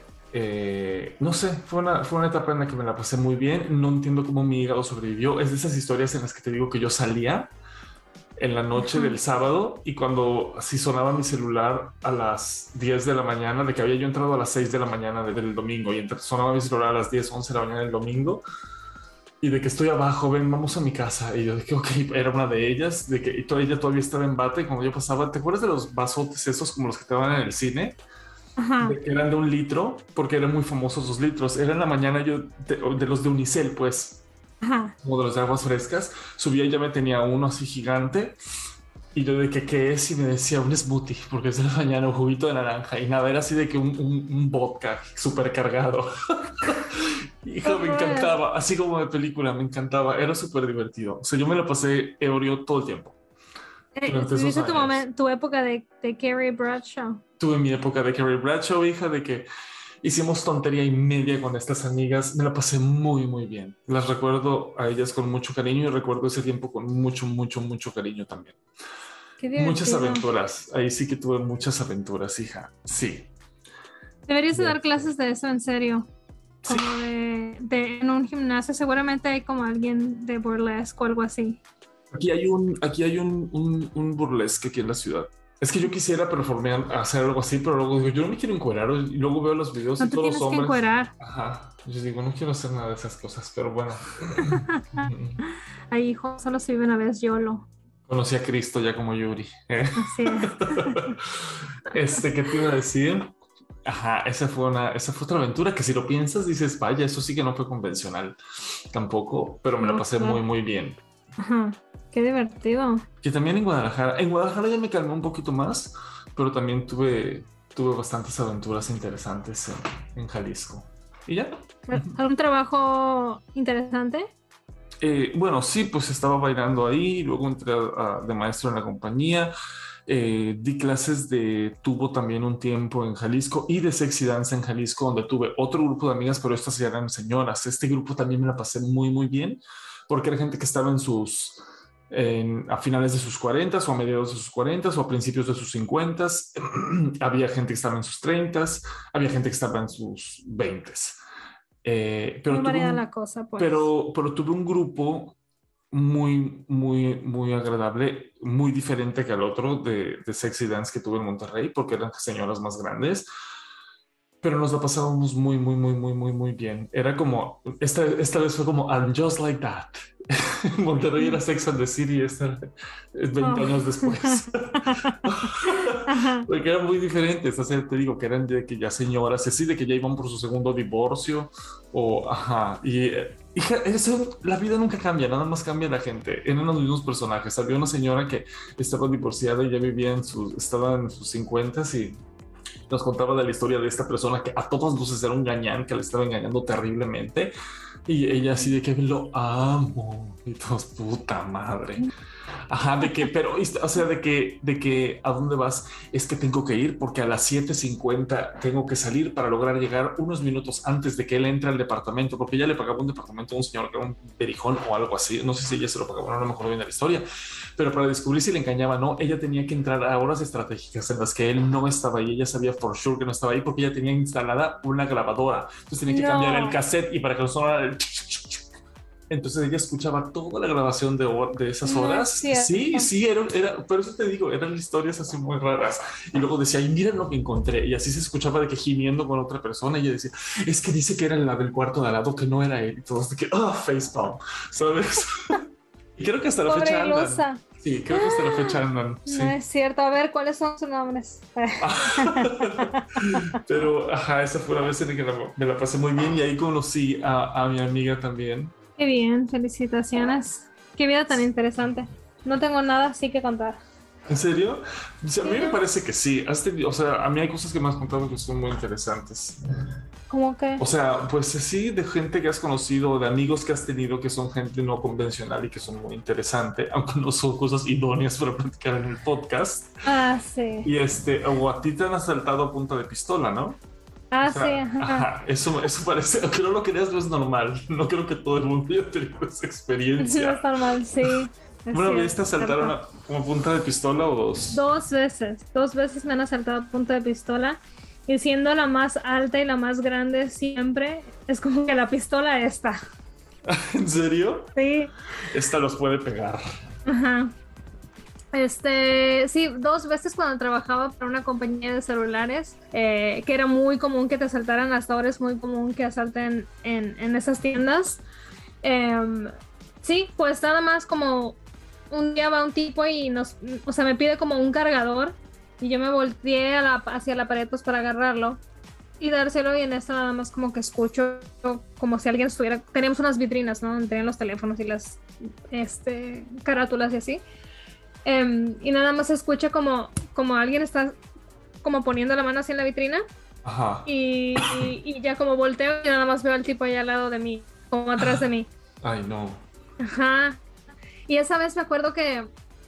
No sé, fue una etapa en la que me la pasé muy bien. No entiendo cómo mi hígado sobrevivió. Es de esas historias en las que te digo que yo salía en la noche del sábado, y cuando así sonaba mi celular a las 10 de la mañana, de que había yo entrado a las 6 de la mañana del domingo, y sonaba mi celular a las 10, 11 de la mañana del domingo, y de que estoy abajo, ven, vamos a mi casa. Y yo de que, ok, era una de ellas, de que ella todavía estaba en bata, y cuando yo pasaba, ¿te acuerdas de los vasotes esos como los que te daban en el cine? Ajá. De que eran de 1 litro, porque eran muy famosos los litros. Era en la mañana yo, de los de Unicel, pues, Ajá. como de los de aguas frescas, subía y ya me tenía uno así gigante. Y yo de que qué es, y me decía un smoothie, porque es de la mañana, un juguito de naranja, y nada, era así de que un vodka súper cargado. Hija, me encantaba, así como de película, me encantaba, era súper divertido. O sea, yo me lo pasé ebrio todo el tiempo durante esos ¿Tuviste años. tu época de Carrie Bradshaw? Tuve mi época de Carrie Bradshaw, hija, de que hicimos tontería y media con estas amigas. Me la pasé muy, muy bien. Las recuerdo a ellas con mucho cariño, y recuerdo ese tiempo con mucho, mucho, mucho cariño también. Qué Muchas divertido. aventuras. Ahí sí que tuve muchas aventuras, hija. Sí. Deberías de Ya. dar clases de eso en serio. Como en un gimnasio. Seguramente hay como alguien de burlesque o algo así. Aquí hay un burlesque aquí en la ciudad. Es que yo quisiera performear, hacer algo así, pero luego digo, yo no me quiero encuerar. Y luego veo los videos No y te todos los tienes que hombres. encuerar. Ajá. Yo digo, no quiero hacer nada de esas cosas, pero bueno. Ay, hijo, solo se vive una vez, YOLO. Conocí a Cristo ya como Yuri. Así es. ¿Qué te iba a decir? Ajá, esa fue otra aventura que si lo piensas dices, vaya, eso sí que no fue convencional tampoco, pero me la No, pasé claro. muy, muy bien. Ajá, qué divertido. Que también en Guadalajara ya me calmé un poquito más, pero también tuve bastantes aventuras interesantes en Jalisco. ¿Y ya? ¿Algún trabajo interesante? Bueno, sí, pues estaba bailando ahí, luego entré de maestro en la compañía, di clases de tubo también un tiempo en Jalisco y de sexy dance en Jalisco, donde tuve otro grupo de amigas, pero estas ya eran señoras. Este grupo también me la pasé muy, muy bien, porque era gente que estaba a finales de sus 40 o a mediados de sus 40 o a principios de sus 50. Había gente que estaba en sus 30, había gente que estaba en sus 20. Muy variada la cosa, pues. Pero tuve un grupo muy, muy, muy agradable, muy diferente que al otro de Sexy Dance que tuve en Monterrey, porque eran señoras más grandes, pero nos la pasábamos muy, muy, muy, muy, muy, muy bien. Era como, esta vez fue como, I'm just like that. Monterrey era Sex and the City, es 20 años después. Porque eran muy diferentes, o sea, te digo que eran de que ya señoras, así de que ya iban por su segundo divorcio, hija, la vida nunca cambia, nada más cambia la gente. Eran los mismos personajes. Había una señora que estaba divorciada y ya estaba en sus 50 y nos contaba de la historia de esta persona que a todas luces era un gañán que le estaba engañando terriblemente. Y ella así de que lo amo. Y todos, puta madre. Ajá, o sea, de que ¿a dónde vas? Es que tengo que ir porque a las 7:50 tengo que salir para lograr llegar unos minutos antes de que él entre al departamento, porque ella le pagaba un departamento a un señor que era un perijón o algo así. No sé si ella se lo pagaba, no me acuerdo bien de la historia, pero para descubrir si le engañaba o no, ella tenía que entrar a horas estratégicas en las que él no estaba ahí. Ella sabía for sure que no estaba ahí porque ella tenía instalada una grabadora. Entonces tenía que cambiar el cassette y para que no sonara el... Entonces ella escuchaba toda la grabación de esas horas. Sí, sí, pero eso te digo, eran historias así muy raras. Y luego decía, y miren lo que encontré. Y así se escuchaba de que gimiendo con otra persona. Y ella decía, es que dice que era la del cuarto de al lado, que no era él. Y todos de que, facepalm, ¿sabes? Y creo que hasta la fecha andan. Sí, creo que hasta la fecha andan. Sí. No es cierto. A ver, ¿cuáles son sus nombres? Pero, ajá, esa fue una vez en la que me la pasé muy bien. Y ahí conocí a mi amiga también. Qué bien, felicitaciones. Qué vida tan interesante. No tengo nada así que contar. ¿En serio? Sí, a mí me parece que sí. O sea, a mí hay cosas que me has contado que son muy interesantes. ¿Cómo que? O sea, pues sí, de gente que has conocido, de amigos que has tenido que son gente no convencional y que son muy interesantes, aunque no son cosas idóneas para platicar en el podcast. Ah, sí. Y o a ti te han asaltado a punta de pistola, ¿no? Ah, O sea, sí, ajá. Eso parece, aunque no lo creas, no es normal. No creo que todo el mundo haya tenido esa experiencia. No es normal, sí. ¿Una vez te asaltaron como punta de pistola o dos? Dos veces me han asaltado a punta de pistola. Y siendo la más alta y la más grande siempre, es como que la pistola esta. ¿En serio? Sí. Esta los puede pegar. Ajá. Sí, dos veces cuando trabajaba para una compañía de celulares, que era muy común que te asaltaran, hasta ahora es muy común que asalten en esas tiendas. Sí, pues nada más como un día va un tipo y me pide como un cargador y yo me volteé hacia la pared pues para agarrarlo y dárselo, y en esto nada más como que escucho como si alguien teníamos unas vitrinas, ¿no? Donde tenían los teléfonos y las carátulas y así. Y nada más se escucha como alguien está como poniendo la mano así en la vitrina. Ajá. Y ya como volteo y nada más veo al tipo ahí al lado de mí, como atrás de mí. Ay, no. Ajá. Y esa vez me acuerdo que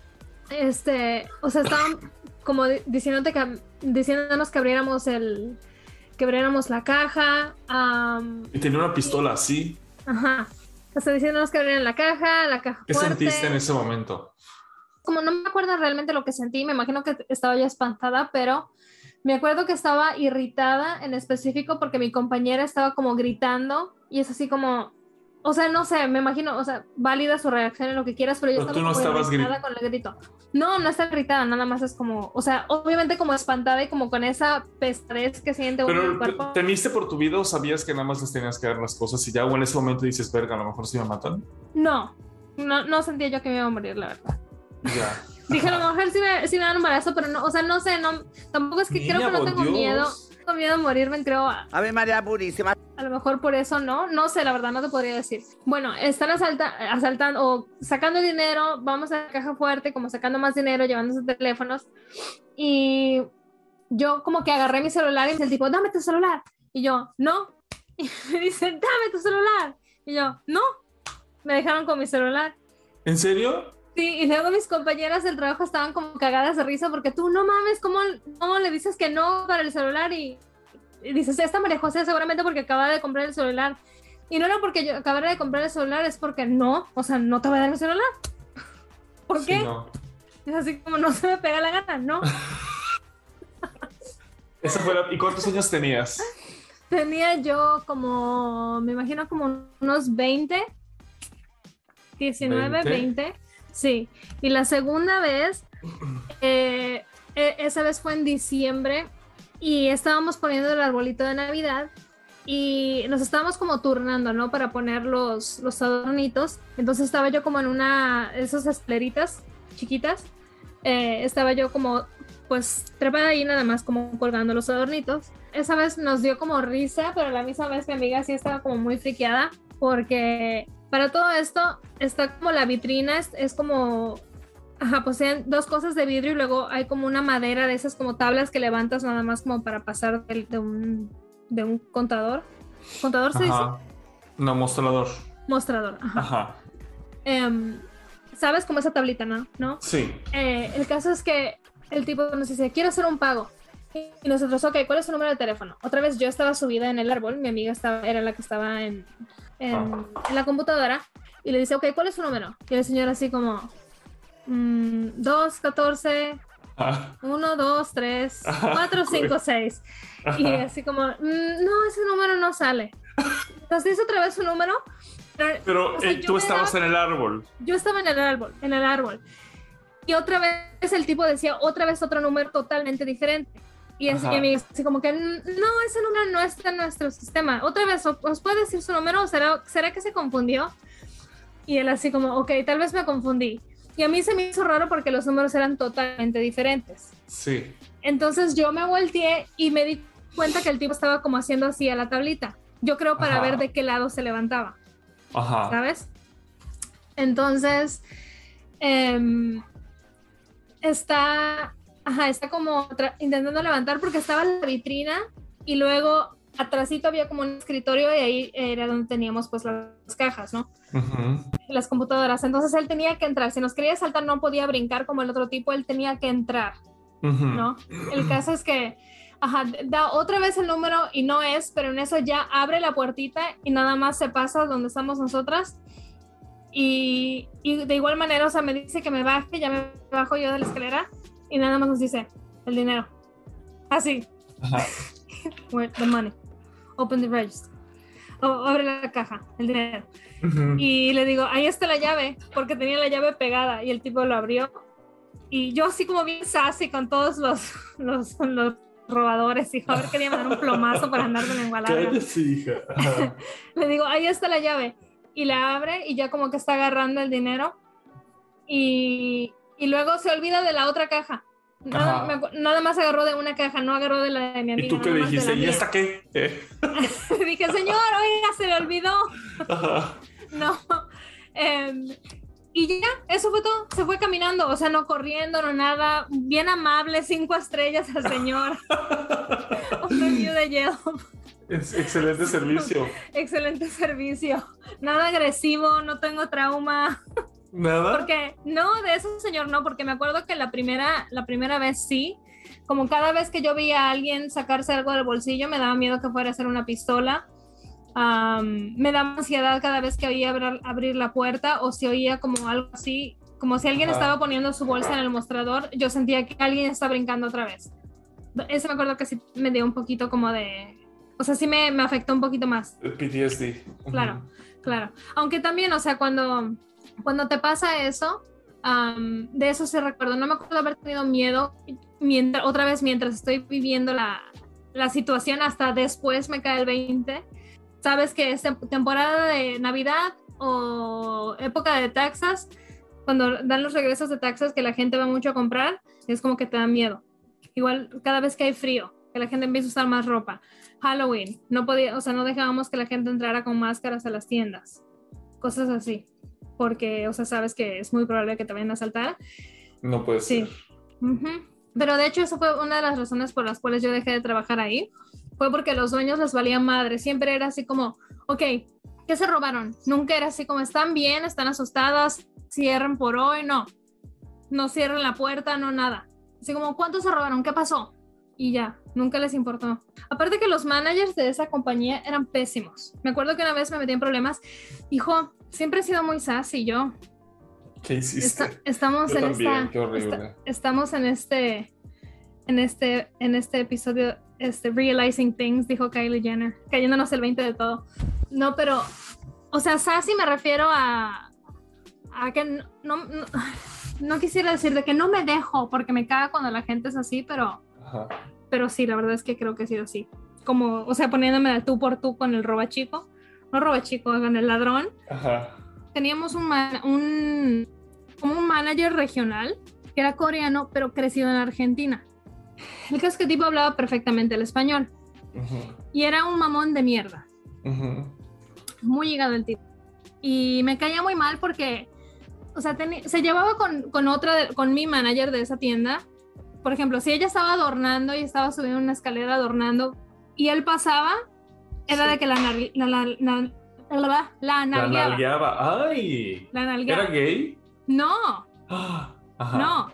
estaban como diciéndonos que abriéramos la caja. Y tenía una pistola así. Ajá. O sea, diciéndonos que abrieran la caja ¿Qué fuerte. sentiste en ese momento? Como no me acuerdo realmente lo que sentí, me imagino que estaba ya espantada, pero me acuerdo que estaba irritada en específico porque mi compañera estaba como gritando y es así como, o sea, no sé, me imagino, o sea, válida su reacción en lo que quieras, pero yo Pero estaba tú no como estabas irritada con el grito. No, no está irritada, nada más es como, o sea, obviamente como espantada y como con esa pesadez que siente uno en el Pero cuerpo. ¿temiste por tu vida o sabías que nada más les tenías que dar las cosas y ya o en ese momento dices, verga, a lo mejor sí me matan? No sentía yo que me iba a morir, la verdad. Ya. Dije, a lo mejor sí me dan un embarazo, pero no, o sea, no sé, no, tampoco es que Niña, creo que no por tengo Dios. miedo. Tengo miedo de morirme, creo. Ave María Purísima. A lo mejor por eso no sé, la verdad no te podría decir. Bueno, están asaltando o sacando dinero, vamos a la caja fuerte, como sacando más dinero, llevándose teléfonos. Y yo como que agarré mi celular y me dice el tipo, dame tu celular. Y yo, no. Y me dice, dame tu celular. Y yo, no. Me dejaron con mi celular. ¿En serio? Sí, y luego mis compañeras del trabajo estaban como cagadas de risa porque tú, no mames, ¿cómo le dices que no para el celular? Y dices, esta María José seguramente porque acaba de comprar el celular. Y no era porque yo acabara de comprar el celular, es porque no, o sea, no te voy a dar el celular. ¿Por Sí, qué? no. Es así como no se me pega la gana, ¿no? Esa fue ¿Y cuántos años tenías? Tenía yo como, me imagino como unos 20, 19, 20. Sí. Y la segunda vez, esa vez fue en diciembre y estábamos poniendo el arbolito de Navidad y nos estábamos como turnando, ¿no? Para poner los adornitos. Entonces estaba yo como en una de esas escaleritas chiquitas. Estaba yo como pues trepada ahí nada más como colgando los adornitos. Esa vez nos dio como risa, pero la misma vez mi amiga sí estaba como muy friqueada porque para todo esto está como la vitrina, es como, ajá, pues tienen dos cosas de vidrio y luego hay como una madera de esas como tablas que levantas nada más como para pasar de un contador. ¿Contador se dice? No, mostrador. Mostrador, ajá. Ajá. ¿Sabes cómo esa tablita, no? Sí. El caso es que el tipo nos dice, quiero hacer un pago. Y nosotros, ok, ¿cuál es su número de teléfono? Otra vez yo estaba subida en el árbol, mi amiga era la que estaba en la computadora, y le dice, ok, ¿cuál es su número? Y el señor así como, 2, 14, 1, 2, 3, 4, 5, 6. Y así como, no, ese número no sale. Entonces dice otra vez su número. Pero o sea, tú estabas en el árbol. Yo estaba en el árbol. Y otra vez el tipo decía otra vez otro número totalmente diferente. Y así que me dice como que no, ese número no está en nuestro sistema. Otra vez, ¿os puede decir su número? ¿Será que se confundió? Y él así como, ok, tal vez me confundí. Y a mí se me hizo raro porque los números eran totalmente diferentes. Sí. Entonces yo me volteé y me di cuenta que el tipo estaba como haciendo así a la tablita. Yo creo para ver de qué lado se levantaba. Ajá. ¿Sabes? Entonces, está como intentando levantar porque estaba en la vitrina y luego atrásito había como un escritorio y ahí era donde teníamos pues las cajas, ¿no? Las computadoras. Entonces él tenía que entrar. Si nos quería saltar no podía brincar como el otro tipo, él tenía que entrar, ¿no? El caso es que da otra vez el número y no es, pero en eso ya abre la puertita y nada más se pasa donde estamos nosotras. Y de igual manera, o sea, me dice que me baje, ya me bajo yo de la escalera y nada más nos dice el dinero. Así. Where the money. Open the register. Abre la caja, el dinero. Y le digo, ahí está la llave, porque tenía la llave pegada y el tipo lo abrió. Y yo así como bien sassy con todos los robadores, hijo, a ver quería mandar un plomazo para andar de lengua larga. Cállate, hija. Le digo, ahí está la llave. Y la abre y ya como que está agarrando el dinero y luego se olvida de la otra caja. Nada más agarró de una caja, no agarró de la de mi amiga. ¿Y tú qué dijiste? ¿Y esta qué? Dije, señor, oiga, se le olvidó. No. Y ya, eso fue todo. Se fue caminando, o sea, no corriendo, no nada. Bien amable, 5 estrellas al señor. Un review de Yelp. Excelente servicio. Excelente servicio. Nada agresivo, no tengo trauma. ¿Nada? Porque, no, de eso señor no, porque me acuerdo que la primera vez sí. Como cada vez que yo veía a alguien sacarse algo del bolsillo, me daba miedo que fuera a ser una pistola. Me daba ansiedad cada vez que oía abrir la puerta o si oía como algo así, como si alguien estaba poniendo su bolsa en el mostrador, yo sentía que alguien estaba brincando otra vez. Eso me acuerdo que sí me dio un poquito como de... o sea, sí me afectó un poquito más. El PTSD. Claro, claro. Aunque también, o sea, cuando te pasa eso, de eso sí recuerdo. No me acuerdo haber tenido miedo mientras estoy viviendo la situación, hasta después me cae el 20. Sabes que es temporada de Navidad o época de taxas, cuando dan los regresos de taxas, que la gente va mucho a comprar, es como que te da miedo. Igual cada vez que hay frío, que la gente empieza a usar más ropa. Halloween, no dejábamos que la gente entrara con máscaras a las tiendas. Cosas así. Porque, o sea, sabes que es muy probable que te vayan a asaltar. No puede ser. Sí. Pero de hecho, eso fue una de las razones por las cuales yo dejé de trabajar ahí. Fue porque a los dueños les valía madre. Siempre era así como, ok, ¿qué se robaron? Nunca era así como, están bien, están asustadas, cierren por hoy. No cierren la puerta, no nada. Así como, ¿cuántos se robaron? ¿Qué pasó? Y ya, nunca les importó. Aparte que los managers de esa compañía eran pésimos. Me acuerdo que una vez me metí en problemas. Hijo, siempre he sido muy sassy yo. ¿Qué hiciste? Estamos Yo en también, qué horrible. Estamos en este episodio, Realizing Things, dijo Kylie Jenner, cayéndonos el 20 de todo. No, pero, o sea, sassy me refiero a que no quisiera decir de que no me dejo, porque me caga cuando la gente es así, pero sí, la verdad es que creo que he sido así. Como, o sea, poniéndome al tú por tú con el robachico. No robachico, con el ladrón. Ajá. Teníamos como un manager regional que era coreano, pero crecido en Argentina. El caso es que el tipo hablaba perfectamente el español. Y era un mamón de mierda. Muy llegado el tipo. Y me caía muy mal porque, o sea, se llevaba con mi manager de esa tienda. Por ejemplo, si ella estaba adornando y estaba subiendo una escalera adornando y él pasaba, era de que la nalgueaba. ¡Ay! La nalgueaba. ¿Era gay? No. Ajá. No.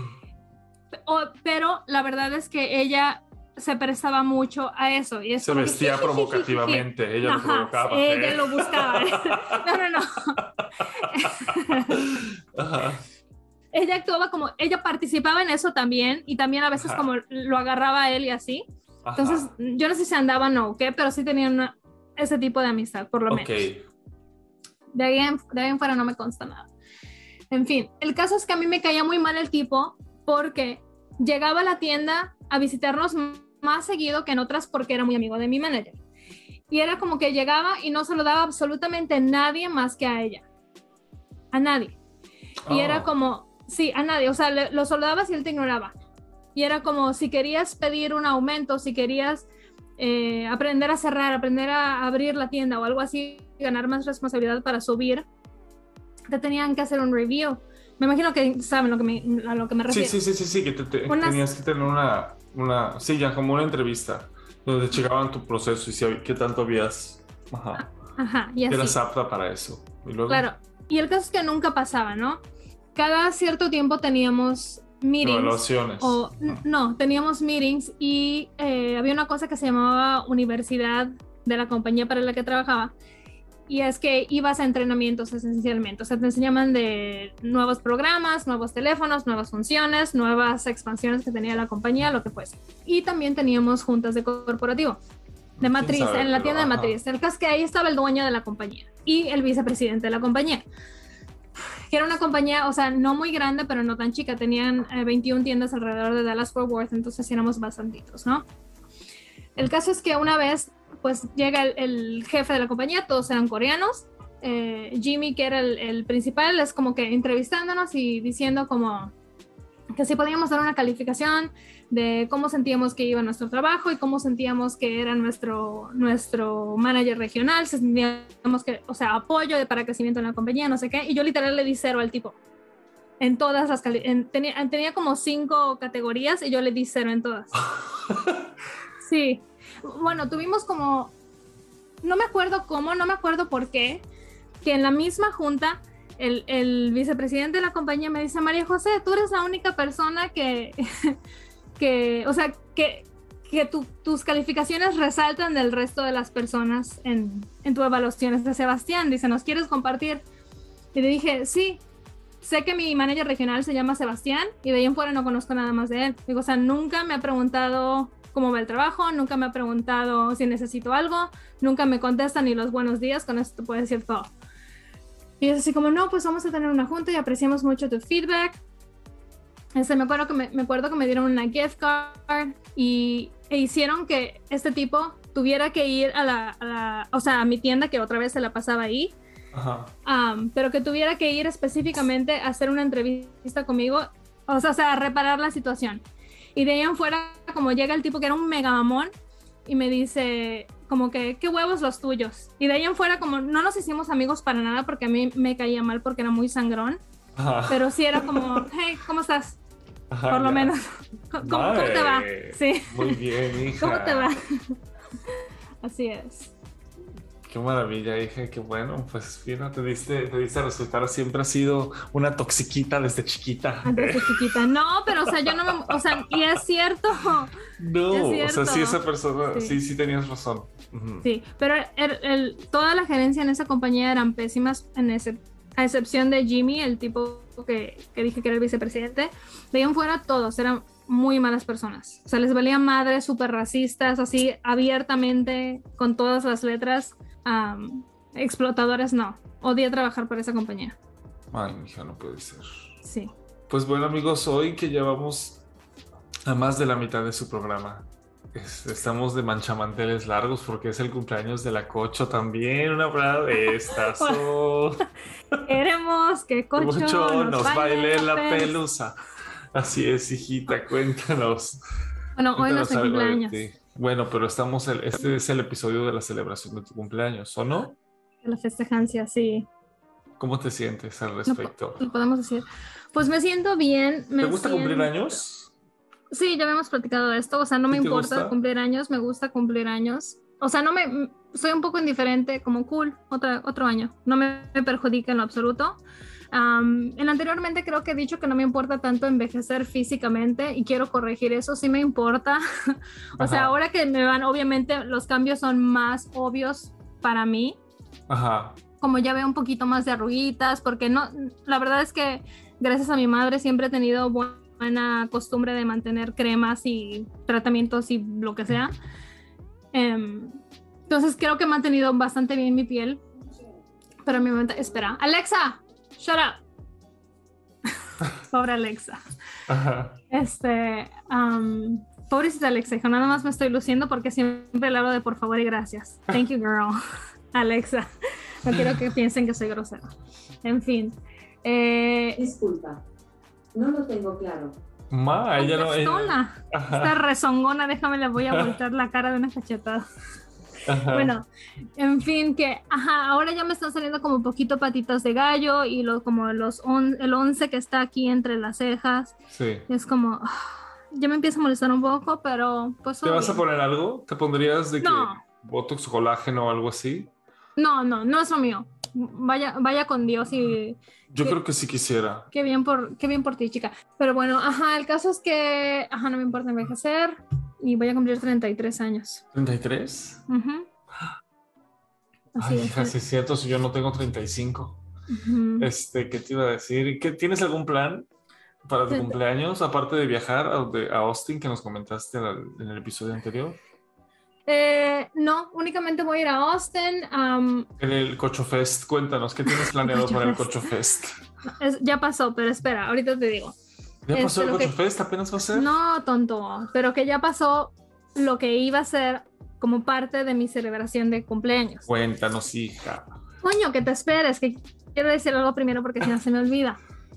Pero la verdad es que ella se prestaba mucho a eso. Y es se vestía provocativamente. Ella lo provocaba. Ella lo buscaba. No. Ajá. Ella actuaba como, ella participaba en eso también, y también a veces como lo agarraba a él y así. Entonces, yo no sé si andaban o qué, pero sí tenían ese tipo de amistad, por lo menos. De ahí en fuera no me consta nada. En fin, el caso es que a mí me caía muy mal el tipo porque llegaba a la tienda a visitarnos más seguido que en otras porque era muy amigo de mi manager. Y era como que llegaba y no saludaba absolutamente a nadie más que a ella. A nadie. Y era como... Sí, a nadie, o sea, lo saludabas y él te ignoraba. Y era como si querías pedir un aumento, si querías aprender a cerrar, aprender a abrir la tienda o algo así, ganar más responsabilidad para subir, te tenían que hacer un review. Me imagino que saben a lo que me refiero. Sí, que tenías que tener una ya como una entrevista donde checaban tu proceso y si qué tanto habías y así. Eras apta para eso. ¿Y luego? Claro, y el caso es que nunca pasaba, ¿no? Cada cierto tiempo teníamos meetings. Evaluaciones. No, teníamos meetings y había una cosa que se llamaba universidad de la compañía para la que trabajaba. Y es que ibas a entrenamientos esencialmente. O sea, te enseñaban de nuevos programas, nuevos teléfonos, nuevas funciones, nuevas expansiones que tenía la compañía, lo que fuese. Y también teníamos juntas de corporativo, de matriz, en la tienda de matriz. El caso es que ahí estaba el dueño de la compañía y el vicepresidente de la compañía. Que era una compañía, o sea, no muy grande, pero no tan chica. Tenían 21 tiendas alrededor de Dallas-Fort Worth, entonces éramos bastantitos, ¿no? El caso es que una vez, pues, llega el jefe de la compañía, todos eran coreanos. Jimmy, que era el principal, es como que entrevistándonos y diciendo como que si podíamos dar una calificación de cómo sentíamos que iba nuestro trabajo y cómo sentíamos que era nuestro manager regional, si sentíamos que, o sea, apoyo para crecimiento en la compañía, no sé qué, y yo literal le di 0 al tipo. En todas las tenía como 5 categorías y yo le di 0 en todas. Sí. Bueno, tuvimos como, no me acuerdo cómo, no me acuerdo por qué, que en la misma junta el vicepresidente de la compañía me dice: María José, tú eres la única persona que o sea, que tus calificaciones resaltan del resto de las personas en tu evaluación. Es de Sebastián, dice, ¿nos quieres compartir? Y le dije, sí. sé que mi manager regional se llama Sebastián y de ahí en fuera no conozco nada más de él. Digo, o sea, nunca me ha preguntado cómo va el trabajo, nunca me ha preguntado si necesito algo, nunca me contesta ni los buenos días, con eso te puedo decir todo. Y es así como, no, pues vamos a tener una junta y apreciamos mucho tu feedback. Me acuerdo que me dieron una gift card e hicieron que este tipo tuviera que ir a mi tienda, que otra vez se la pasaba ahí. Ajá. Pero que tuviera que ir específicamente a hacer una entrevista conmigo, o sea, a reparar la situación. Y de ahí en fuera, como llega el tipo que era un mega mamón y me dice como que, ¿qué huevos los tuyos? Y de ahí en fuera, como no nos hicimos amigos para nada porque a mí me caía mal porque era muy sangrón. Ajá. Pero sí era como, hey, ¿cómo estás? Ajá, Por lo ya. menos. ¿Cómo te va? Sí. Muy bien, hija. ¿Cómo te va? Así es. Qué maravilla, hija, qué bueno. Pues mira, te diste resultado. Siempre has sido una toxiquita desde chiquita. Desde chiquita. No, pero o sea, yo no me... O sea, y es cierto. No, Es o sea, cierto. sí, esa persona, Sí. sí tenías razón. Ujú. Sí, pero toda la gerencia en esa compañía eran pésimas, a excepción de Jimmy, el tipo que dije que era el vicepresidente. De ahí en fuera todos eran muy malas personas. O sea, les valía madre, súper racistas, así abiertamente, con todas las letras. Explotadores, no. Odié trabajar por esa compañía. Ay, mija, no puede ser. Sí. Pues bueno, amigos, hoy que llevamos a más de la mitad de su programa, estamos de manchamanteles largos porque es el cumpleaños de la Cocho también. Una brava de estas. Queremos que Cocho Nos baile la pelusa. pelusa. Así es, hijita, cuéntanos. Bueno, hoy no Cuéntanos es mi algo de cumpleaños. ti. Bueno, pero este es el episodio de la celebración de tu cumpleaños, ¿o no? De la festejancia, sí. ¿Cómo te sientes al respecto? Lo podemos decir. Pues me siento bien. ¿Te gusta cumplir años? Sí, ya habíamos platicado de esto. O sea, no me ¿Sí te importa gusta? cumplir años, me gusta cumplir años. O sea, soy un poco indiferente, como cool, otro año. No me perjudica en lo absoluto. Anteriormente creo que he dicho que no me importa tanto envejecer físicamente y quiero corregir eso, sí me importa. O sea, Ajá. ahora que me van, obviamente los cambios son más obvios para mí. Ajá. Como ya veo un poquito más de arruguitas, porque no, la verdad es que gracias a mi madre siempre he tenido buena costumbre de mantener cremas y tratamientos y lo que sea. Entonces creo que he mantenido bastante bien mi piel. Pero mi mente, espera, Alexa, shut up. Pobre Alexa. Ajá. Pobrecita Alexa, hijo, nada más me estoy luciendo porque siempre le hablo de por favor y gracias. Thank you, girl. Alexa. No quiero que piensen que soy grosera. En fin. Disculpa, no lo tengo claro. Ma, ella no. Contestona. Ajá. Esta rezongona, déjame, le voy a voltear la cara de una cachetada. Ajá. Bueno, en fin, ahora ya me están saliendo como un poquito patitas de gallo y como el 11 que está aquí entre las cejas. Sí. Es como, ya me empieza a molestar un poco, pero pues... ¿Te vas a bien. poner algo? ¿Te pondrías de que No. botox, colágeno o algo así? No es lo mío. Vaya con Dios y Yo ¿Qué? creo que sí quisiera. qué bien por ti, chica. Pero bueno, el caso es que, no me importa envejecer y voy a cumplir 33 años. ¿33? Ujú. Así Ay, es. hija, sí es cierto, si yo no tengo 35. Ujú. ¿Qué te iba a decir? ¿Tienes algún plan para tu Sí. cumpleaños, aparte de viajar a Austin, que nos comentaste en el episodio anterior? No, únicamente voy a ir a Austin. En el Cocho Fest, cuéntanos, ¿qué tienes planeado Cocho para el Fest. Cocho Fest? Ya pasó, pero espera, ahorita te digo. ¿Ya pasó el lo Cocho que- Fest? ¿Apenas va a ser? No, tonto, pero que ya pasó lo que iba a ser como parte de mi celebración de cumpleaños. Cuéntanos, hija. Coño, que te esperes, que quiero decir algo primero porque si no se me olvida.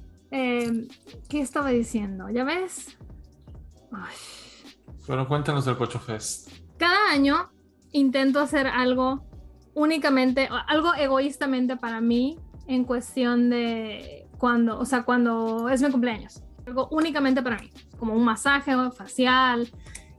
¿Qué estaba diciendo? ¿Ya ves? Ay. Bueno, cuéntanos del Cocho Fest. Cada año intento hacer algo únicamente, algo egoístamente para mí en cuestión de cuando es mi cumpleaños. Algo únicamente para mí, como un masaje facial,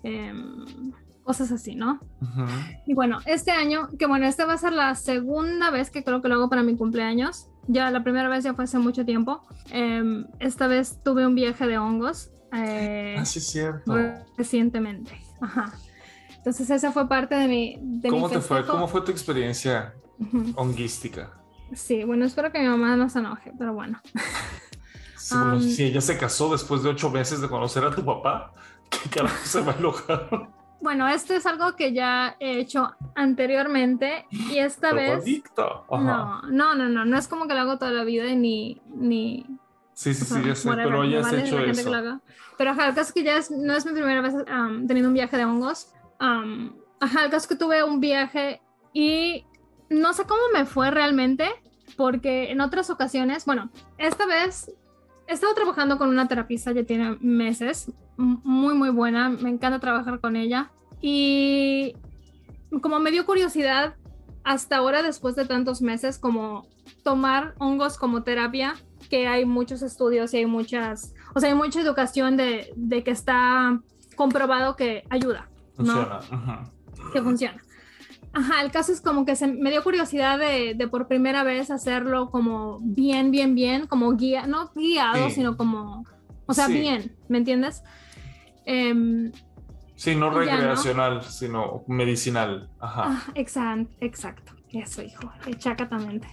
cosas así, ¿no? Ujú. Y bueno, este año, esta va a ser la segunda vez que creo que lo hago para mi cumpleaños. Ya la primera vez ya fue hace mucho tiempo. Esta vez tuve un viaje de hongos. Sí, es cierto. Recientemente. Ajá. Entonces esa fue parte de mi ¿Cómo te fue? festejo. ¿Cómo fue tu experiencia Ujú. honguística? Sí, bueno, espero que mi mamá no se enoje, pero bueno. Sí, bueno, si ella se casó después de 8 meses de conocer a tu papá, ¿qué carajo se va a enojar? Bueno, esto es algo que ya he hecho anteriormente y esta vez... Drogadicta. Ajá. No es como que lo hago toda la vida y ni Sí, o sea, ya sé, whatever, pero me ya has vale hecho la gente que eso. lo haga. Pero ajá, el caso es que ya no es mi primera vez teniendo un viaje de hongos. Ajá, el caso es que tuve un viaje y no sé cómo me fue realmente, porque en otras ocasiones, bueno, esta vez he estado trabajando con una terapista, ya tiene meses, muy, muy buena, me encanta trabajar con ella. Y como me dio curiosidad hasta ahora, después de tantos meses, como tomar hongos como terapia, que hay muchos estudios y hay hay mucha educación de que está comprobado que ayuda, ¿no? Funciona. Ajá. Que funciona. Ajá, el caso es como que me dio curiosidad de por primera vez hacerlo como bien, como no guiado, Sí. sino como, o sea, Sí. bien, ¿me entiendes? Sí, no Ya, recreacional, sino medicinal. Ajá. Exacto. Eso, hijo, exactamente.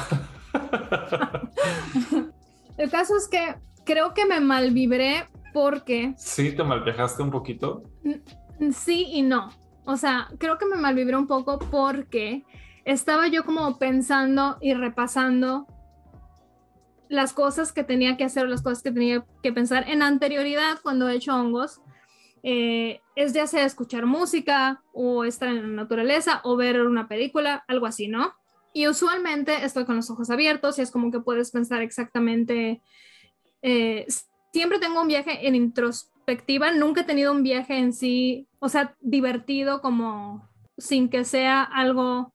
El caso es que creo que me malvibré porque Sí, te malviajaste un poquito. sí y no. O sea, creo que me malvibré un poco porque estaba yo como pensando y repasando las cosas que tenía que hacer, las cosas que tenía que pensar en anterioridad cuando he hecho hongos. Es ya sea escuchar música o estar en la naturaleza o ver una película, algo así, ¿no? Y usualmente estoy con los ojos abiertos y es como que puedes pensar exactamente. Siempre tengo un viaje en introspectiva, nunca he tenido un viaje en sí, o sea, divertido, como sin que sea algo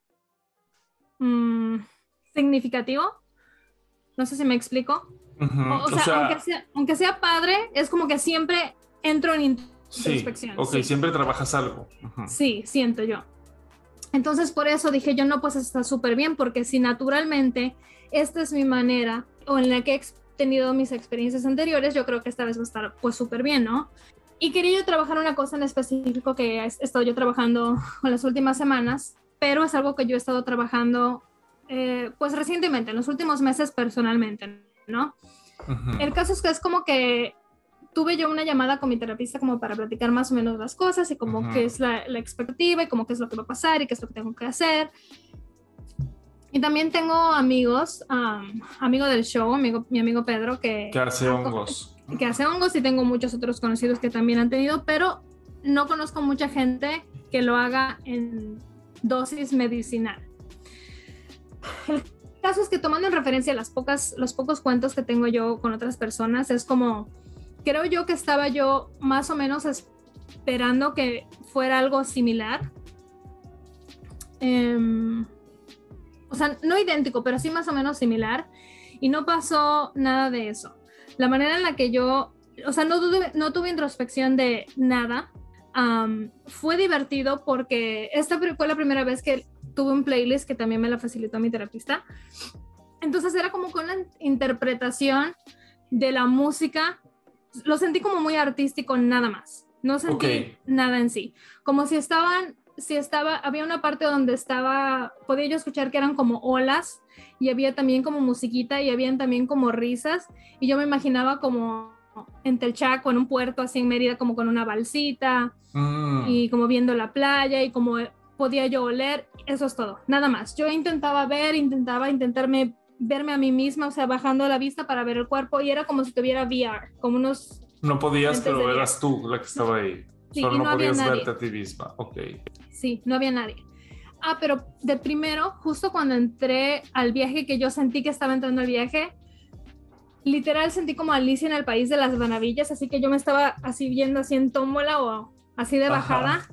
significativo. No sé si me explico. Ujú. O sea, aunque sea padre, es como que siempre entro en introspección. Sí, ok, siempre trabajas algo. Ujú. Sí, siento yo. Entonces por eso dije yo, no, pues está súper bien, porque si naturalmente esta es mi manera o en la que he tenido mis experiencias anteriores, yo creo que esta vez va a estar pues súper bien, ¿no? Y quería yo trabajar una cosa en específico que he estado yo trabajando en las últimas semanas, pero es algo que yo he estado trabajando pues recientemente, en los últimos meses personalmente, ¿no? Uh-huh. El caso es que es como que tuve yo una llamada con mi terapista como para platicar más o menos las cosas y como Uh-huh. qué es la expectativa y como qué es lo que va a pasar y qué es lo que tengo que hacer. Y también tengo amigos, amigo del show, mi amigo Pedro, que hace hongos. Que hace hongos, y tengo muchos otros conocidos que también han tenido, pero no conozco mucha gente que lo haga en dosis medicinal. El caso es que, tomando en referencia los pocos cuentos que tengo yo con otras personas, es como, creo yo que estaba yo más o menos esperando que fuera algo similar. O sea, no idéntico, pero sí más o menos similar, y no pasó nada de eso. La manera en la que yo, o sea, no tuve introspección de nada. Fue divertido porque esta fue la primera vez que tuve un playlist que también me la facilitó mi terapista. Entonces era como con la interpretación de la música. Lo sentí como muy artístico, nada más. No sentí nada en sí. Como si había una parte donde podía yo escuchar que eran como olas, y había también como musiquita, y habían también como risas, y yo me imaginaba como en Telchac o en un puerto así en Mérida, como con una balsita, y como viendo la playa, y como podía yo oler. Eso es todo, nada más. Yo intentaba verme a mí misma, o sea, bajando la vista para ver el cuerpo, y era como si tuviera VR, como unos... No podías, pero eras tú la que estaba ahí. Sí, solo y no podías había verte nadie. a ti misma. Ok. Sí, no había nadie. Pero de primero, justo cuando entré al viaje, que yo sentí que estaba entrando al viaje, literal sentí como Alicia en el País de las Maravillas, así que yo me estaba así viendo así en tómbola o así de bajada,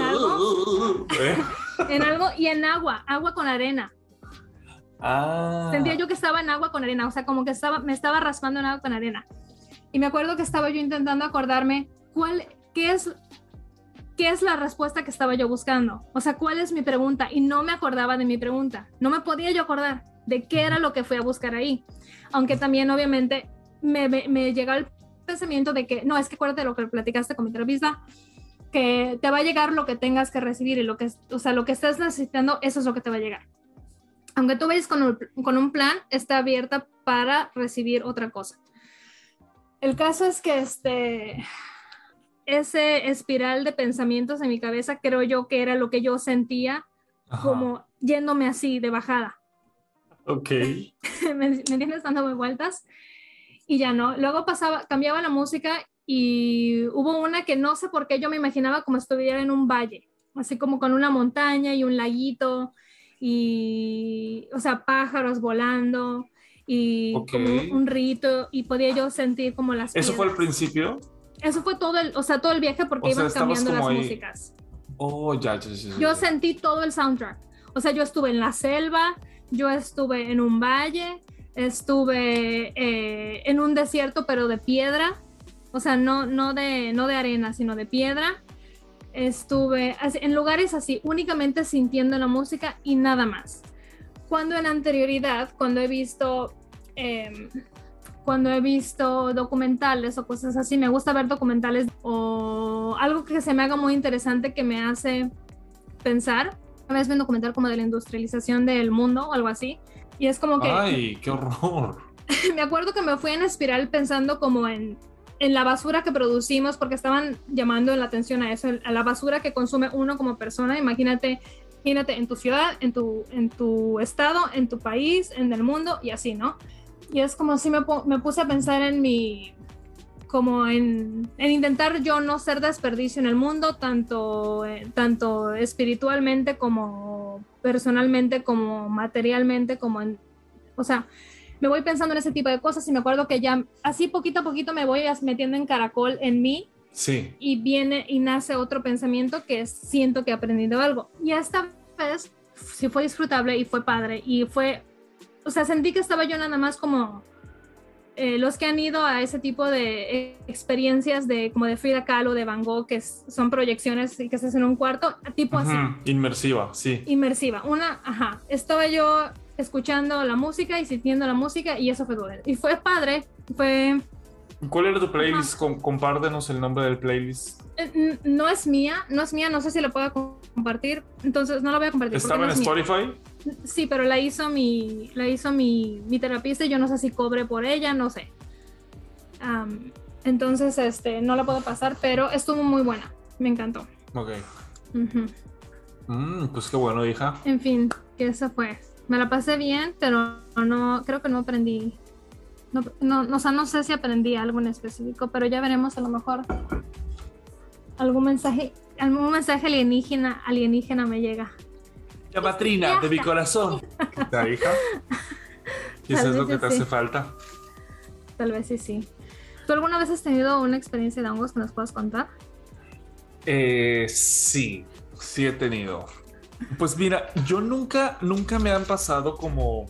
en algo y en agua con arena. Sentía yo que estaba en agua con arena, o sea, como que me estaba raspando en agua con arena. Y me acuerdo que estaba yo intentando acordarme qué es la respuesta que estaba yo buscando, o sea, cuál es mi pregunta, y no me acordaba de mi pregunta, no me podía yo acordar de qué era lo que fui a buscar ahí, aunque también obviamente me llegaba el pensamiento de que, no, es que acuérdate de lo que platicaste con mi terapista, que te va a llegar lo que tengas que recibir, y lo que estés necesitando, eso es lo que te va a llegar. Aunque tú vayas con un plan, está abierta para recibir otra cosa. El caso es que ese espiral de pensamientos en mi cabeza creo yo que era lo que yo sentía, Ajá. como yéndome así de bajada. Ok. ¿Me entiendes? Dándome vueltas y ya no. Luego cambiaba la música y hubo una que no sé por qué yo me imaginaba como si estuviera en un valle, así como con una montaña y un laguito y, o sea, pájaros volando y Ok. como un rito y podía yo sentir como las ¿Eso fue al piedras. principio? Eso fue todo todo el viaje porque O sea, iban estabas cambiando las como ahí. músicas. Oh, ya. Yo sentí todo el soundtrack. O sea, yo estuve en la selva, yo estuve en un valle, estuve en un desierto, pero de piedra. O sea, no de arena, sino de piedra. Estuve en lugares así, únicamente sintiendo la música y nada más. Cuando en anterioridad, cuando he visto documentales o cosas así, me gusta ver documentales o algo que se me haga muy interesante que me hace pensar. Una vez vi un documental como de la industrialización del mundo o algo así, y es como que Ay, qué horror. me acuerdo que me fui en espiral pensando como en la basura que producimos, porque estaban llamando la atención a eso, a la basura que consume uno como persona. Imagínate en tu ciudad, en tu estado, en tu país, en el mundo y así, ¿no? Y es como si me puse a pensar en como en intentar yo no ser desperdicio en el mundo, tanto espiritualmente como personalmente, como materialmente, o sea, me voy pensando en ese tipo de cosas y me acuerdo que ya así poquito a poquito me voy metiendo en caracol en mí Sí. y viene y nace otro pensamiento que siento que he aprendido algo. Y esta vez sí fue disfrutable y fue padre y o sea, sentí que estaba yo nada más como los que han ido a ese tipo de experiencias como de Frida Kahlo, de Van Gogh, que son proyecciones y que se hacen en un cuarto, tipo así. Inmersiva, sí. Inmersiva. Estaba yo escuchando la música y sintiendo la música y eso fue bueno. Y fue padre, ¿Cuál era tu playlist? Compártenos el nombre del playlist. no es mía, no sé si la puedo compartir, entonces no la voy a compartir. ¿Estaba en Spotify? Sí, pero la hizo mi terapista y yo no sé si cobre por ella, no sé. Entonces, no la puedo pasar, pero estuvo muy buena, me encantó. Ok. Uh-huh. Pues qué bueno, hija. En fin, que eso fue. Me la pasé bien, pero no, creo que no aprendí. O sea, no sé si aprendí algo en específico, pero ya veremos, a lo mejor algún mensaje alienígena me llega. Llamatrina de mi corazón. ¿Qué tal, hija? Quizás es lo que te hace falta. Tal vez sí. ¿Tú alguna vez has tenido una experiencia de hongos que nos puedas contar? Sí he tenido. Pues mira, yo nunca me han pasado como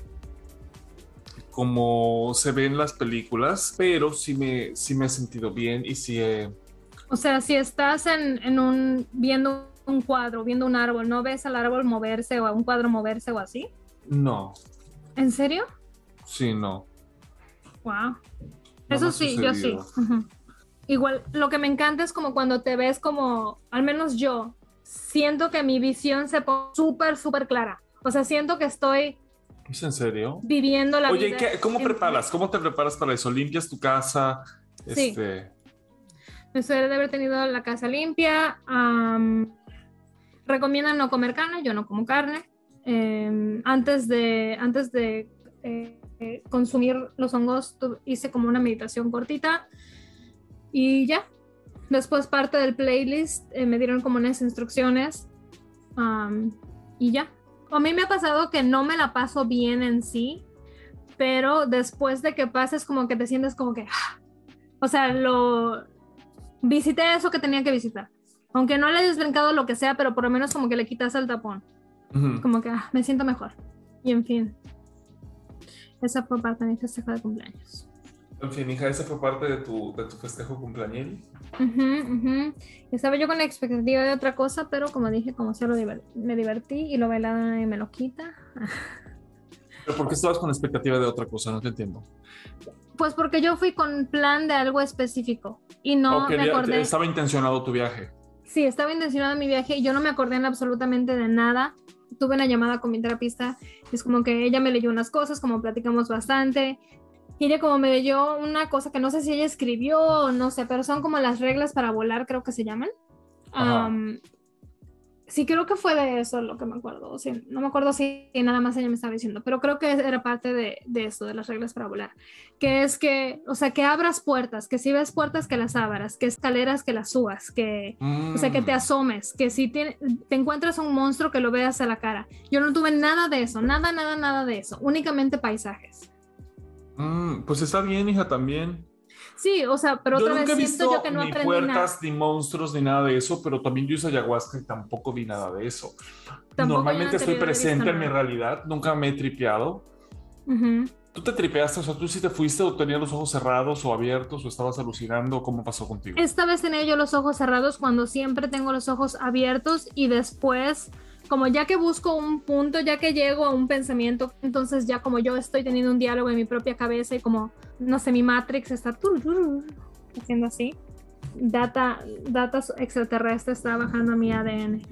se ve en las películas, pero sí me he sentido bien y sí he... O sea, si estás viendo un cuadro, viendo un árbol, ¿no ves al árbol moverse o a un cuadro moverse o así? No. ¿En serio? Sí, no. Wow. No Eso sí, yo sí. Uh-huh. Igual, lo que me encanta es como cuando te ves como, al menos yo, siento que mi visión se pone súper clara. O sea, siento que estoy... ¿Es en serio? Viviendo la vida. Oye, ¿cómo te preparas para eso? ¿Limpias tu casa? Sí. Me suele de haber tenido la casa limpia. Recomiendan no comer carne, yo no como carne. Antes de consumir los hongos hice como una meditación cortita y ya. Después parte del playlist me dieron como unas instrucciones y ya. A mí me ha pasado que no me la paso bien en sí, pero después de que pases como que te sientes como que... O sea, visité eso que tenía que visitar. Aunque no le hayas brincado lo que sea, pero por lo menos como que le quitas el tapón. Uh-huh. Como que me siento mejor. Y en fin. Esa fue parte de mi festejo de cumpleaños. En fin, hija, ¿esa fue parte de tu festejo cumpleaños? Estaba yo con la expectativa de otra cosa, pero como dije, como sea, me divertí y lo bailaba y me lo quita. ¿Pero por qué estabas con la expectativa de otra cosa? No te entiendo. Pues porque yo fui con plan de algo específico y no me acordé. Estaba intencionado tu viaje. Sí, estaba intencionado mi viaje y yo no me acordé absolutamente de nada. Tuve una llamada con mi terapista, es como que ella me leyó unas cosas, como platicamos bastante Y ella como me leyó una cosa que no sé si ella escribió o no sé, pero son como las reglas para volar, creo que se llaman. Ajá. Sí, creo que fue de eso lo que me acuerdo. Sí, no me acuerdo si nada más ella me estaba diciendo, pero creo que era parte de eso, de las reglas para volar. Que es que, o sea, que abras puertas, que si ves puertas que las abras, que escaleras que las subas, que, o sea, que te asomes, que si te encuentras un monstruo que lo veas a la cara. Yo no tuve nada de eso, nada de eso, únicamente paisajes. Pues está bien, hija, también. Sí, o sea, pero Yo otra nunca he vez siento visto yo que no ni aprendí puertas, nada. ni monstruos, ni nada de eso, pero también yo hice ayahuasca y tampoco vi nada de eso. Tampoco yo en Normalmente estoy anterior he visto presente en mi nada. realidad, nunca me he tripeado. Ujú. ¿Tú te tripeaste? O sea, ¿tú sí te fuiste o tenías los ojos cerrados o abiertos o estabas alucinando? ¿Cómo pasó contigo? Esta vez tenía yo los ojos cerrados cuando siempre tengo los ojos abiertos y después, como ya que busco un punto, ya que llego a un pensamiento, entonces ya como yo estoy teniendo un diálogo en mi propia cabeza y como, no sé, mi Matrix está haciendo así. Datos extraterrestres está bajando a mi ADN.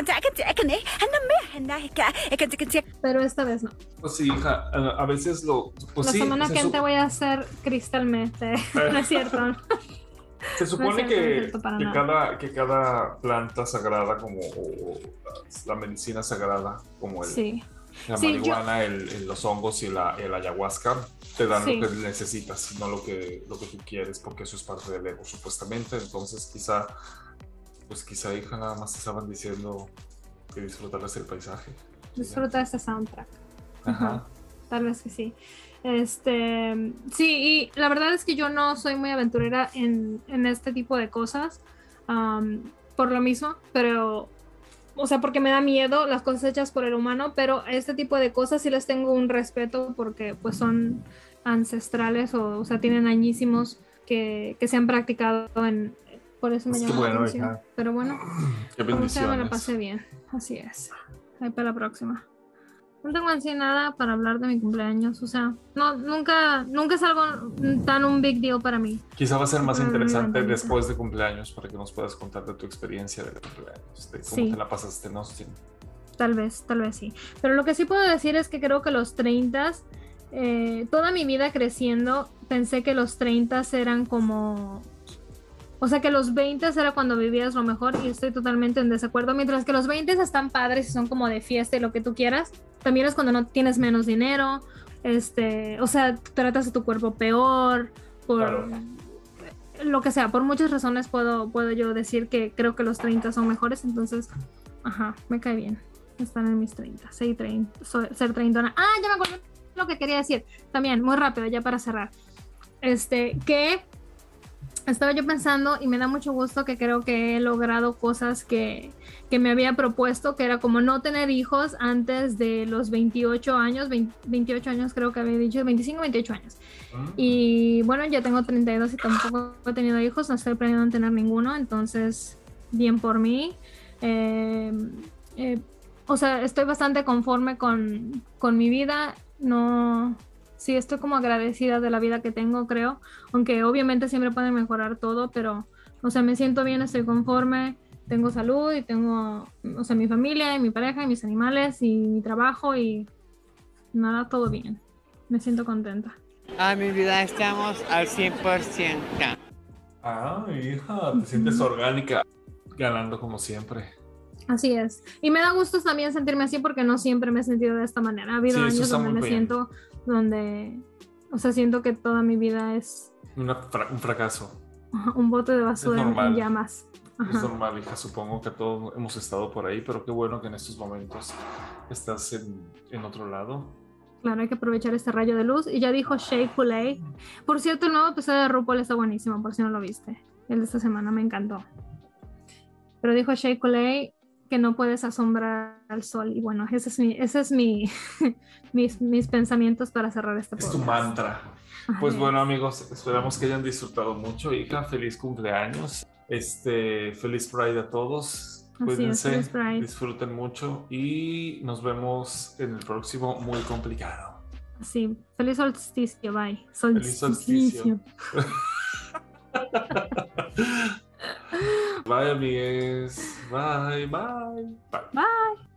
Pero esta vez no. Pues sí, hija, a veces pues La sí, semana que entra voy a hacer cristalmente. No es cierto. se supone no es cierto para nada. que cada planta sagrada, como o la medicina sagrada, como Sí. la Sí, marihuana, los hongos y el ayahuasca, te dan Sí. lo que necesitas, no lo que tú quieres, porque eso es parte del ego, supuestamente. Entonces, quizá, hija, nada más te estaban diciendo que disfrutaras el paisaje. Disfruta este soundtrack. Ajá. Tal vez que sí. Sí, y la verdad es que yo no soy muy aventurera en este tipo de cosas, por lo mismo, pero, o sea, porque me da miedo las cosas hechas por el humano, pero a este tipo de cosas sí les tengo un respeto porque pues son ancestrales o sea, tienen añísimos que se han practicado por eso me Pues qué llama la bueno, atención. hija. Pero bueno, Qué como sea, me la bendiciones. pasé bien. Así es. Ahí para la próxima. No tengo así nada para hablar de mi cumpleaños, o sea, no, nunca es algo tan un big deal para mí. Quizá va a ser más Para mi interesante ventanita. después de cumpleaños para que nos puedas contar de tu experiencia de cumpleaños, de cómo Sí. te la pasaste en Austin. Tal vez sí. Pero lo que sí puedo decir es que creo que los 30, toda mi vida creciendo, pensé que los 30 eran como... O sea, que los 20 era cuando vivías lo mejor y estoy totalmente en desacuerdo. Mientras que los 20 están padres y son como de fiesta y lo que tú quieras, también es cuando no tienes menos dinero, o sea, tratas a tu cuerpo peor, por Claro. lo que sea, por muchas razones puedo yo decir que creo que los 30 son mejores, entonces, ajá, me cae bien estar en mis 30, ser treintona. Ah, ya me acuerdo lo que quería decir, también, muy rápido, ya para cerrar. Que estaba yo pensando y me da mucho gusto que creo que he logrado cosas que me había propuesto, que era como no tener hijos antes de los 28 años, 28 años creo que había dicho, 25, 28 años. Y bueno, ya tengo 32 y tampoco he tenido hijos, no estoy planeando tener ninguno, entonces bien por mí. O sea, estoy bastante conforme con mi vida, no... Sí, estoy como agradecida de la vida que tengo, creo, aunque obviamente siempre puede mejorar todo, pero, o sea, me siento bien, estoy conforme, tengo salud y tengo, o sea, mi familia y mi pareja y mis animales y mi trabajo y nada, todo bien. Me siento contenta. Mi vida estamos al 100%. Ah, hija, te sientes orgánica, ganando como siempre. Así es. Y me da gusto también sentirme así porque no siempre me he sentido de esta manera. Ha habido Sí, eso años está donde muy me bien. siento, o sea, siento que toda mi vida es Un fracaso. un bote de basura Es normal. en llamas. Es Ajá. normal, hija, supongo que todos hemos estado por ahí, pero qué bueno que en estos momentos estás en otro lado. Claro, hay que aprovechar este rayo de luz. Y ya dijo Shea Coulee. Por cierto, el nuevo episodio de RuPaul está buenísimo, por si no lo viste. El de esta semana me encantó. Pero dijo Shea Coulee que no puedes asombrar al sol. Y bueno, ese es mis pensamientos para cerrar este Es tu podcast. mantra. Ay, Pues bueno, amigos, esperamos que hayan disfrutado mucho, hija. Feliz cumpleaños. Feliz Pride a todos. Así es, Cuídense, feliz Pride. disfruten mucho y nos vemos en el próximo Muy Complicado. Sí, feliz solsticio, bye. Feliz solsticio. Bye, amigues. Bye, bye. Bye. Bye.